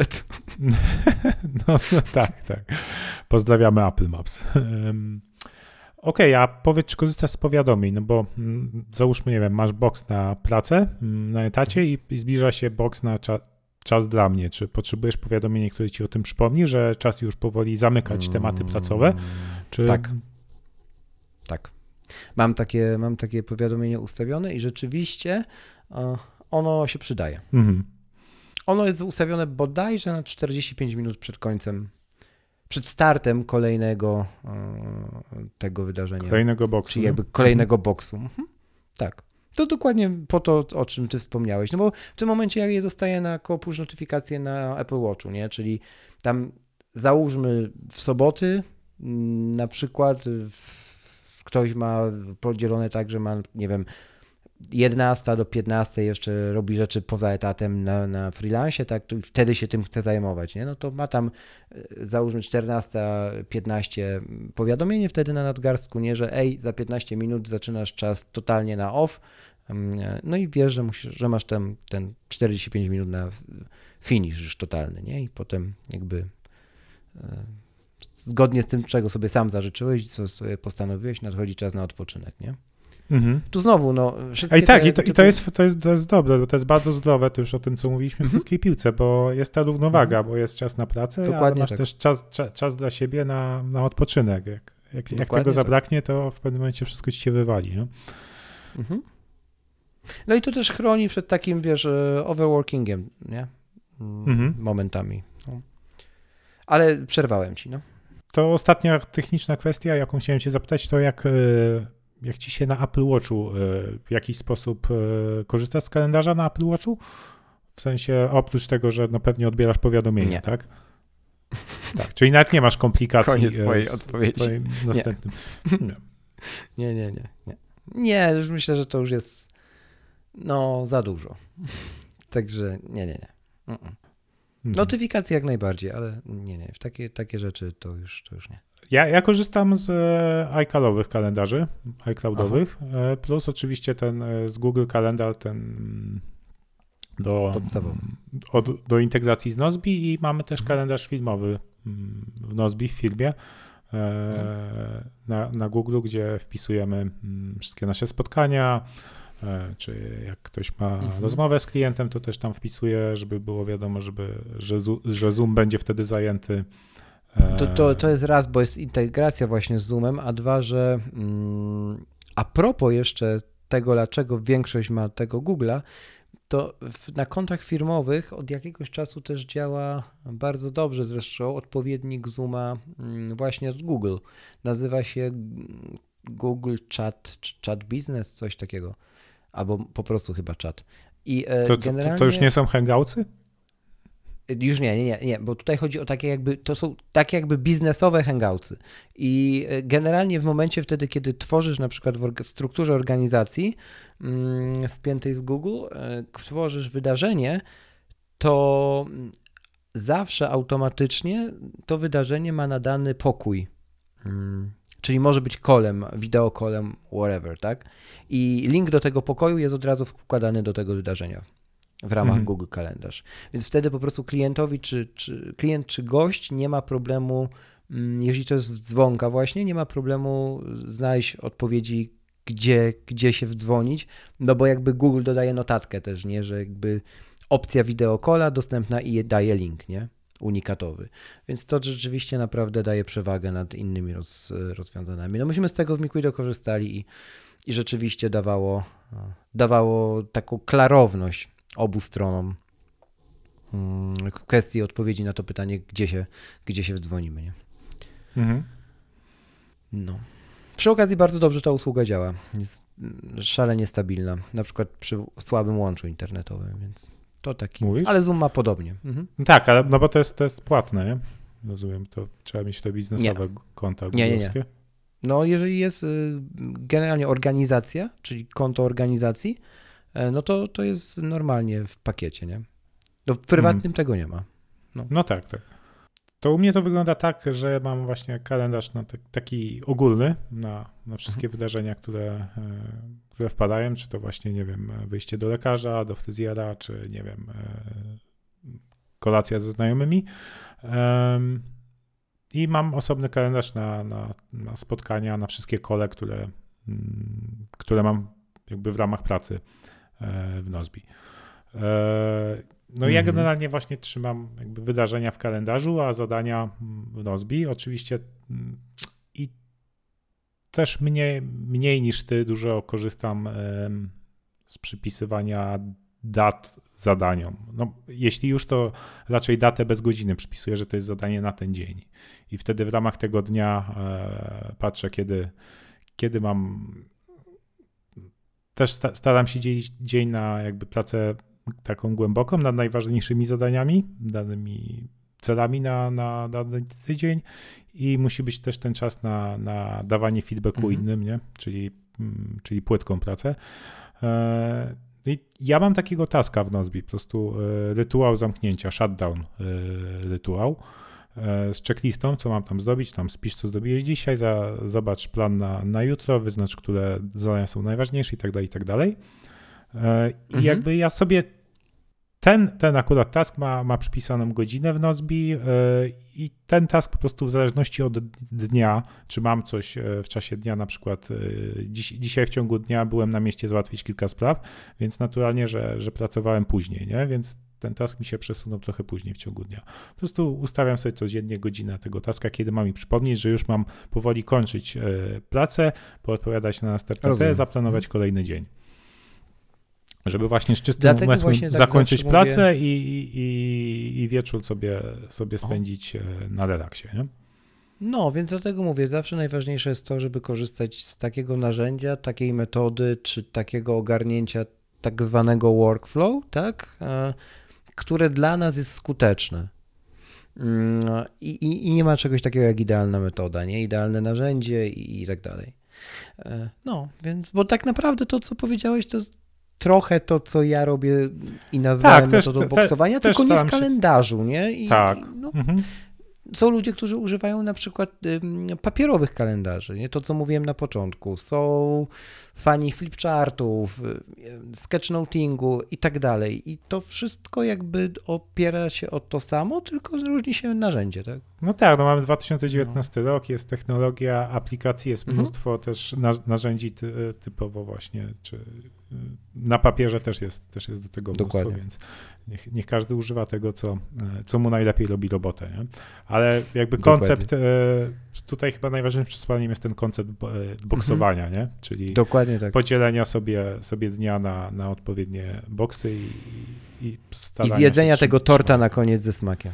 No, no tak, tak. Pozdrawiamy Apple Maps. Um, Okej, a powiedz, czy korzystasz z powiadomień, no bo mm, załóżmy, nie wiem, masz boks na pracę, mm, na etacie i, i zbliża się boks na cza- czas dla mnie. Czy potrzebujesz powiadomienia, które ci o tym przypomni, że czas już powoli zamykać tematy pracowe? Czy... Tak. Tak. Mam takie, mam takie powiadomienie ustawione i rzeczywiście e, ono się przydaje. Mhm. Ono jest ustawione bodajże na czterdzieści pięć minut przed końcem, przed startem kolejnego e, tego wydarzenia. Kolejnego boksu. Czyli no? jakby kolejnego boksu. Mhm. Tak. To dokładnie po to, o czym ty wspomniałeś. No bo w tym momencie ja je dostaję na jako push notyfikacje na Apple Watchu, nie? Czyli tam załóżmy w soboty na przykład ktoś ma podzielone tak, że ma, nie wiem, jedenasta do piętnastej jeszcze robi rzeczy poza etatem na, na freelancie, tak, to wtedy się tym chce zajmować, nie? No to ma tam załóżmy czternasta piętnaście powiadomienie wtedy na nadgarstku, nie, że ej, za piętnaście minut zaczynasz czas totalnie na off, no i wiesz, że, musisz, że masz tam ten czterdzieści pięć minut na finish już totalny, nie? I potem jakby zgodnie z tym, czego sobie sam zażyczyłeś, co sobie postanowiłeś, nadchodzi czas na odpoczynek, nie? Mhm. Tu znowu, no, wszystkie I tak, te, i, to, typu... i to, jest, to, jest, to jest dobre, bo to jest bardzo zdrowe, to już o tym, co mówiliśmy w krótkiej piłce, bo jest ta równowaga, bo jest czas na pracę, Dokładnie ale masz tak. też czas, czas, czas dla siebie na, na odpoczynek. Jak, jak, jak tego zabraknie, to w pewnym momencie wszystko ci się wywali. No? Mhm. No i to też chroni przed takim, wiesz, overworkingiem, nie? Mhm. Momentami. No. Ale przerwałem ci, no. To ostatnia techniczna kwestia, jaką chciałem cię zapytać, to jak, jak ci się na Apple Watchu w jakiś sposób korzystasz z kalendarza na Apple Watchu? W sensie oprócz tego, że no pewnie odbierasz powiadomienia, nie. tak? Tak, czyli nawet nie masz komplikacji Koniec mojej z, odpowiedzi. z następnym. Nie. nie, nie, nie, nie. Nie, już myślę, że to już jest no za dużo. Także nie, nie, nie. Mm-mm. Notyfikacje jak najbardziej, ale nie, nie, w takie, takie rzeczy to już, to już nie. Ja, ja korzystam z iCloudowych kalendarzy, iCloudowych, Aha. plus oczywiście ten z Google Kalendar, ten do, od, do integracji z Nozbi i mamy też kalendarz filmowy w Nozbi, w filmie na, na Google, gdzie wpisujemy wszystkie nasze spotkania, czy jak ktoś ma mhm. rozmowę z klientem, to też tam wpisuje, żeby było wiadomo, żeby, że, że Zoom będzie wtedy zajęty. To, to, to jest raz, bo jest integracja właśnie z Zoomem, a dwa, że mm, a propos jeszcze tego, dlaczego większość ma tego Google'a, to w, na kontach firmowych od jakiegoś czasu też działa bardzo dobrze zresztą odpowiednik Zooma mm, właśnie od Google. Nazywa się Google Chat, Chat Business, coś takiego. Albo po prostu chyba czat. I e, to, generalnie... to, to już nie są hangoutsy? Już nie, nie, nie, nie, bo tutaj chodzi o takie jakby, to są takie jakby biznesowe hangoutsy. I generalnie w momencie wtedy, kiedy tworzysz na przykład w, orga- w strukturze organizacji mm, spiętej z Google, e, tworzysz wydarzenie, to zawsze automatycznie to wydarzenie ma nadany pokój. Mm. Czyli może być callem, wideokolem, whatever, tak? I link do tego pokoju jest od razu wkładany do tego wydarzenia w ramach mhm. Google Kalendarz. Więc wtedy po prostu klientowi, czy, czy klient, czy gość nie ma problemu, jeżeli to jest dzwonka właśnie, nie ma problemu znaleźć odpowiedzi, gdzie, gdzie się wdzwonić, no bo jakby Google dodaje notatkę też, nie? Że jakby opcja wideokola dostępna i daje link, nie? Unikatowy. Więc to rzeczywiście naprawdę daje przewagę nad innymi roz, rozwiązaniami. No myśmy z tego w Miquido korzystali i, i rzeczywiście dawało, dawało taką klarowność obu stronom w kwestii odpowiedzi na to pytanie, gdzie się, gdzie się wdzwonimy. Nie? Mhm. No. Przy okazji bardzo dobrze ta usługa działa. Jest szalenie stabilna, na przykład przy słabym łączu internetowym, więc to taki. Mówisz? Ale Zoom ma podobnie. Mhm. Tak, ale no bo to jest, to jest płatne, nie? Rozumiem, to trzeba mieć te biznesowe nie. konta nie, nie, nie. No jeżeli jest generalnie organizacja, czyli konto organizacji, no to, to jest normalnie w pakiecie, nie? No w prywatnym hmm. tego nie ma. No. no tak, tak. To u mnie to wygląda tak, że mam właśnie kalendarz no, taki ogólny na, na wszystkie hmm. wydarzenia, które, które wpadają, czy to właśnie, nie wiem, wyjście do lekarza, do fryzjera, czy nie wiem, kolacja ze znajomymi. I mam osobny kalendarz na, na, na spotkania, na wszystkie kole, które, które mam jakby w ramach pracy w Nozbi. No mm-hmm. ja generalnie właśnie trzymam jakby wydarzenia w kalendarzu, a zadania w Nozbi. Oczywiście i też mniej, mniej niż ty dużo korzystam z przypisywania dat zadaniom. No, jeśli już, to raczej datę bez godziny przypisuję, że to jest zadanie na ten dzień. I wtedy w ramach tego dnia e, patrzę, kiedy, kiedy mam... Też sta, staram się dzielić dzień na jakby pracę taką głęboką, nad najważniejszymi zadaniami, danymi celami na, na dany tydzień i musi być też ten czas na, na dawanie feedbacku mhm. innym, nie? Czyli, czyli płytką pracę. I ja mam takiego taska w Nozbi, po prostu rytuał zamknięcia, shutdown rytuał z checklistą, co mam tam zdobyć, tam spisz, co zdobiłeś dzisiaj, za, zobacz plan na, na jutro, wyznacz, które zadania są najważniejsze i tak dalej, i tak dalej. I mhm. jakby ja sobie ten, ten akurat task ma, ma przypisaną godzinę w Nozbi yy, i ten task po prostu w zależności od dnia, czy mam coś w czasie dnia, na przykład yy, dziś, dzisiaj w ciągu dnia byłem na mieście załatwić kilka spraw, więc naturalnie, że, że pracowałem później, nie? Więc ten task mi się przesunął trochę później w ciągu dnia. Po prostu ustawiam sobie codziennie godzinę tego taska, kiedy mam mi przypomnieć, że już mam powoli kończyć yy, pracę, poodpowiadać na następne te, zaplanować kolejny dzień. Żeby właśnie z czystym Dlatego umysłem tak zakończyć pracę mówię... i, i, i wieczór sobie, sobie spędzić o. na relaksie. Nie? No, więc dlatego mówię, zawsze najważniejsze jest to, żeby korzystać z takiego narzędzia, takiej metody, czy takiego ogarnięcia tak zwanego workflow, tak, które dla nas jest skuteczne. I, i, i nie ma czegoś takiego jak idealna metoda, nie? Idealne narzędzie i, i tak dalej. No, więc, bo tak naprawdę to, co powiedziałeś, to jest trochę to, co ja robię i nazwałem tak, metodą też, boksowania, te, tylko nie w kalendarzu, nie? I, tak. No, mhm. Są ludzie, którzy używają na przykład y, papierowych kalendarzy, nie? To, co mówiłem na początku. Są fani flipchartów, y, sketchnotingu i tak dalej. I to wszystko jakby opiera się o to samo, tylko różni się narzędzie, tak? No tak, no mamy dwa tysiące dziewiętnasty no. rok, jest technologia, aplikacji, jest mnóstwo mhm. też na, narzędzi ty, typowo właśnie, czy na papierze też jest, też jest do tego mnóstwo, Dokładnie. Więc niech, niech każdy używa tego, co, co mu najlepiej robi robotę, nie? Ale jakby koncept, Dokładnie. tutaj chyba najważniejszym przesłaniem jest ten koncept boksowania, mhm. nie? Czyli Dokładnie tak. podzielenia sobie, sobie dnia na, na odpowiednie boksy i, i I zjedzenia tego torta na koniec ze smakiem.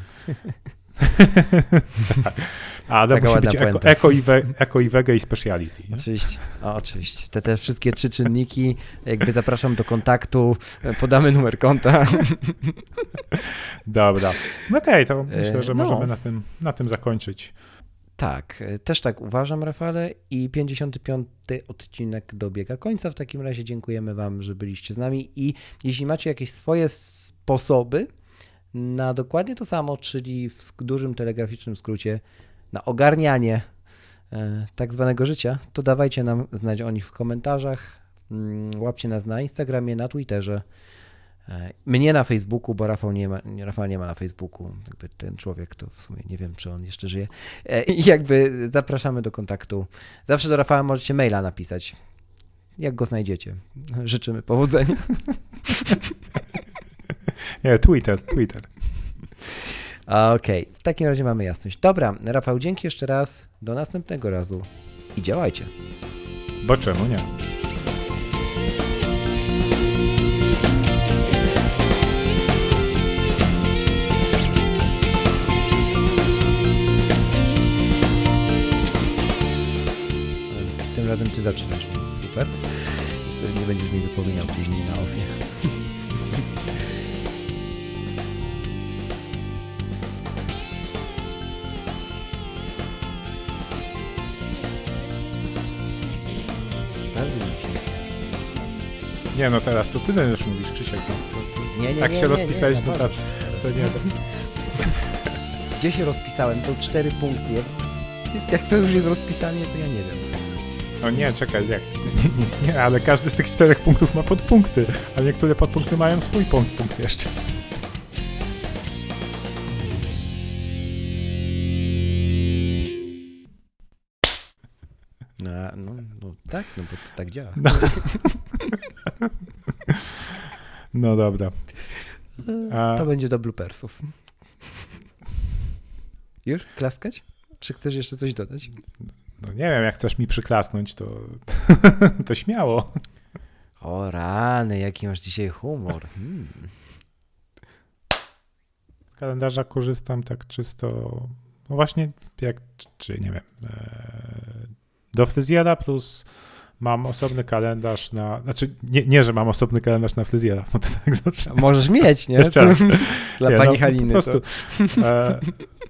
tak. A to musi być eko, eko, i we, eko i wege i speciality. Nie? Oczywiście, o, oczywiście. Te, te wszystkie trzy czynniki, jakby zapraszam do kontaktu, podamy numer konta. Dobra, no okej, okay, to myślę, że no. możemy na tym, na tym zakończyć. Tak, też tak uważam, Rafale, i pięćdziesiąty piąty odcinek dobiega końca. W takim razie dziękujemy wam, że byliście z nami i jeśli macie jakieś swoje sposoby na dokładnie to samo, czyli w dużym telegraficznym skrócie na ogarnianie e, tak zwanego życia, to dawajcie nam znać o nich w komentarzach, łapcie nas na Instagramie, na Twitterze, e, mnie na Facebooku, bo Rafał nie ma, nie, Rafał nie ma na Facebooku, jakby ten człowiek to w sumie nie wiem, czy on jeszcze żyje e, i jakby zapraszamy do kontaktu. Zawsze do Rafała możecie maila napisać, jak go znajdziecie. Życzymy powodzenia. Nie, Twitter, Twitter. Okej, okay. W takim razie mamy jasność. Dobra, Rafał, dzięki jeszcze raz. Do następnego razu i działajcie. Bo czemu nie? Tym razem ty zaczynasz, więc super. Nie będziesz mi wypominał później na ofie. Nie, no teraz to ty już mówisz, Krzysiek. No, to, to, nie, nie, tak nie, się nie, rozpisałeś, nie, nie, no tak, co nie. Gdzie się rozpisałem? Są cztery punkty. Jak, jak to już jest rozpisanie, to ja nie wiem. No nie, czekaj, jak? Nie, nie, nie, ale każdy z tych czterech punktów ma podpunkty, a niektóre podpunkty mają swój punkt jeszcze. No, no, no tak, no bo to tak działa. No, no dobra. A... To będzie do bloopersów. Już? Klaskać? Czy chcesz jeszcze coś dodać? No nie wiem, jak chcesz mi przyklasnąć, to, to śmiało. O rany, jaki masz dzisiaj humor. Hmm. Z kalendarza korzystam tak czysto, no właśnie jak, czy nie wiem, do fryzjera plus mam osobny kalendarz na, znaczy nie, nie, że mam osobny kalendarz na fryzjera, bo to tak zawsze. Możesz mieć, nie? Jeszcze raz. Dla nie, pani no, Haliny. Po prostu, to... e,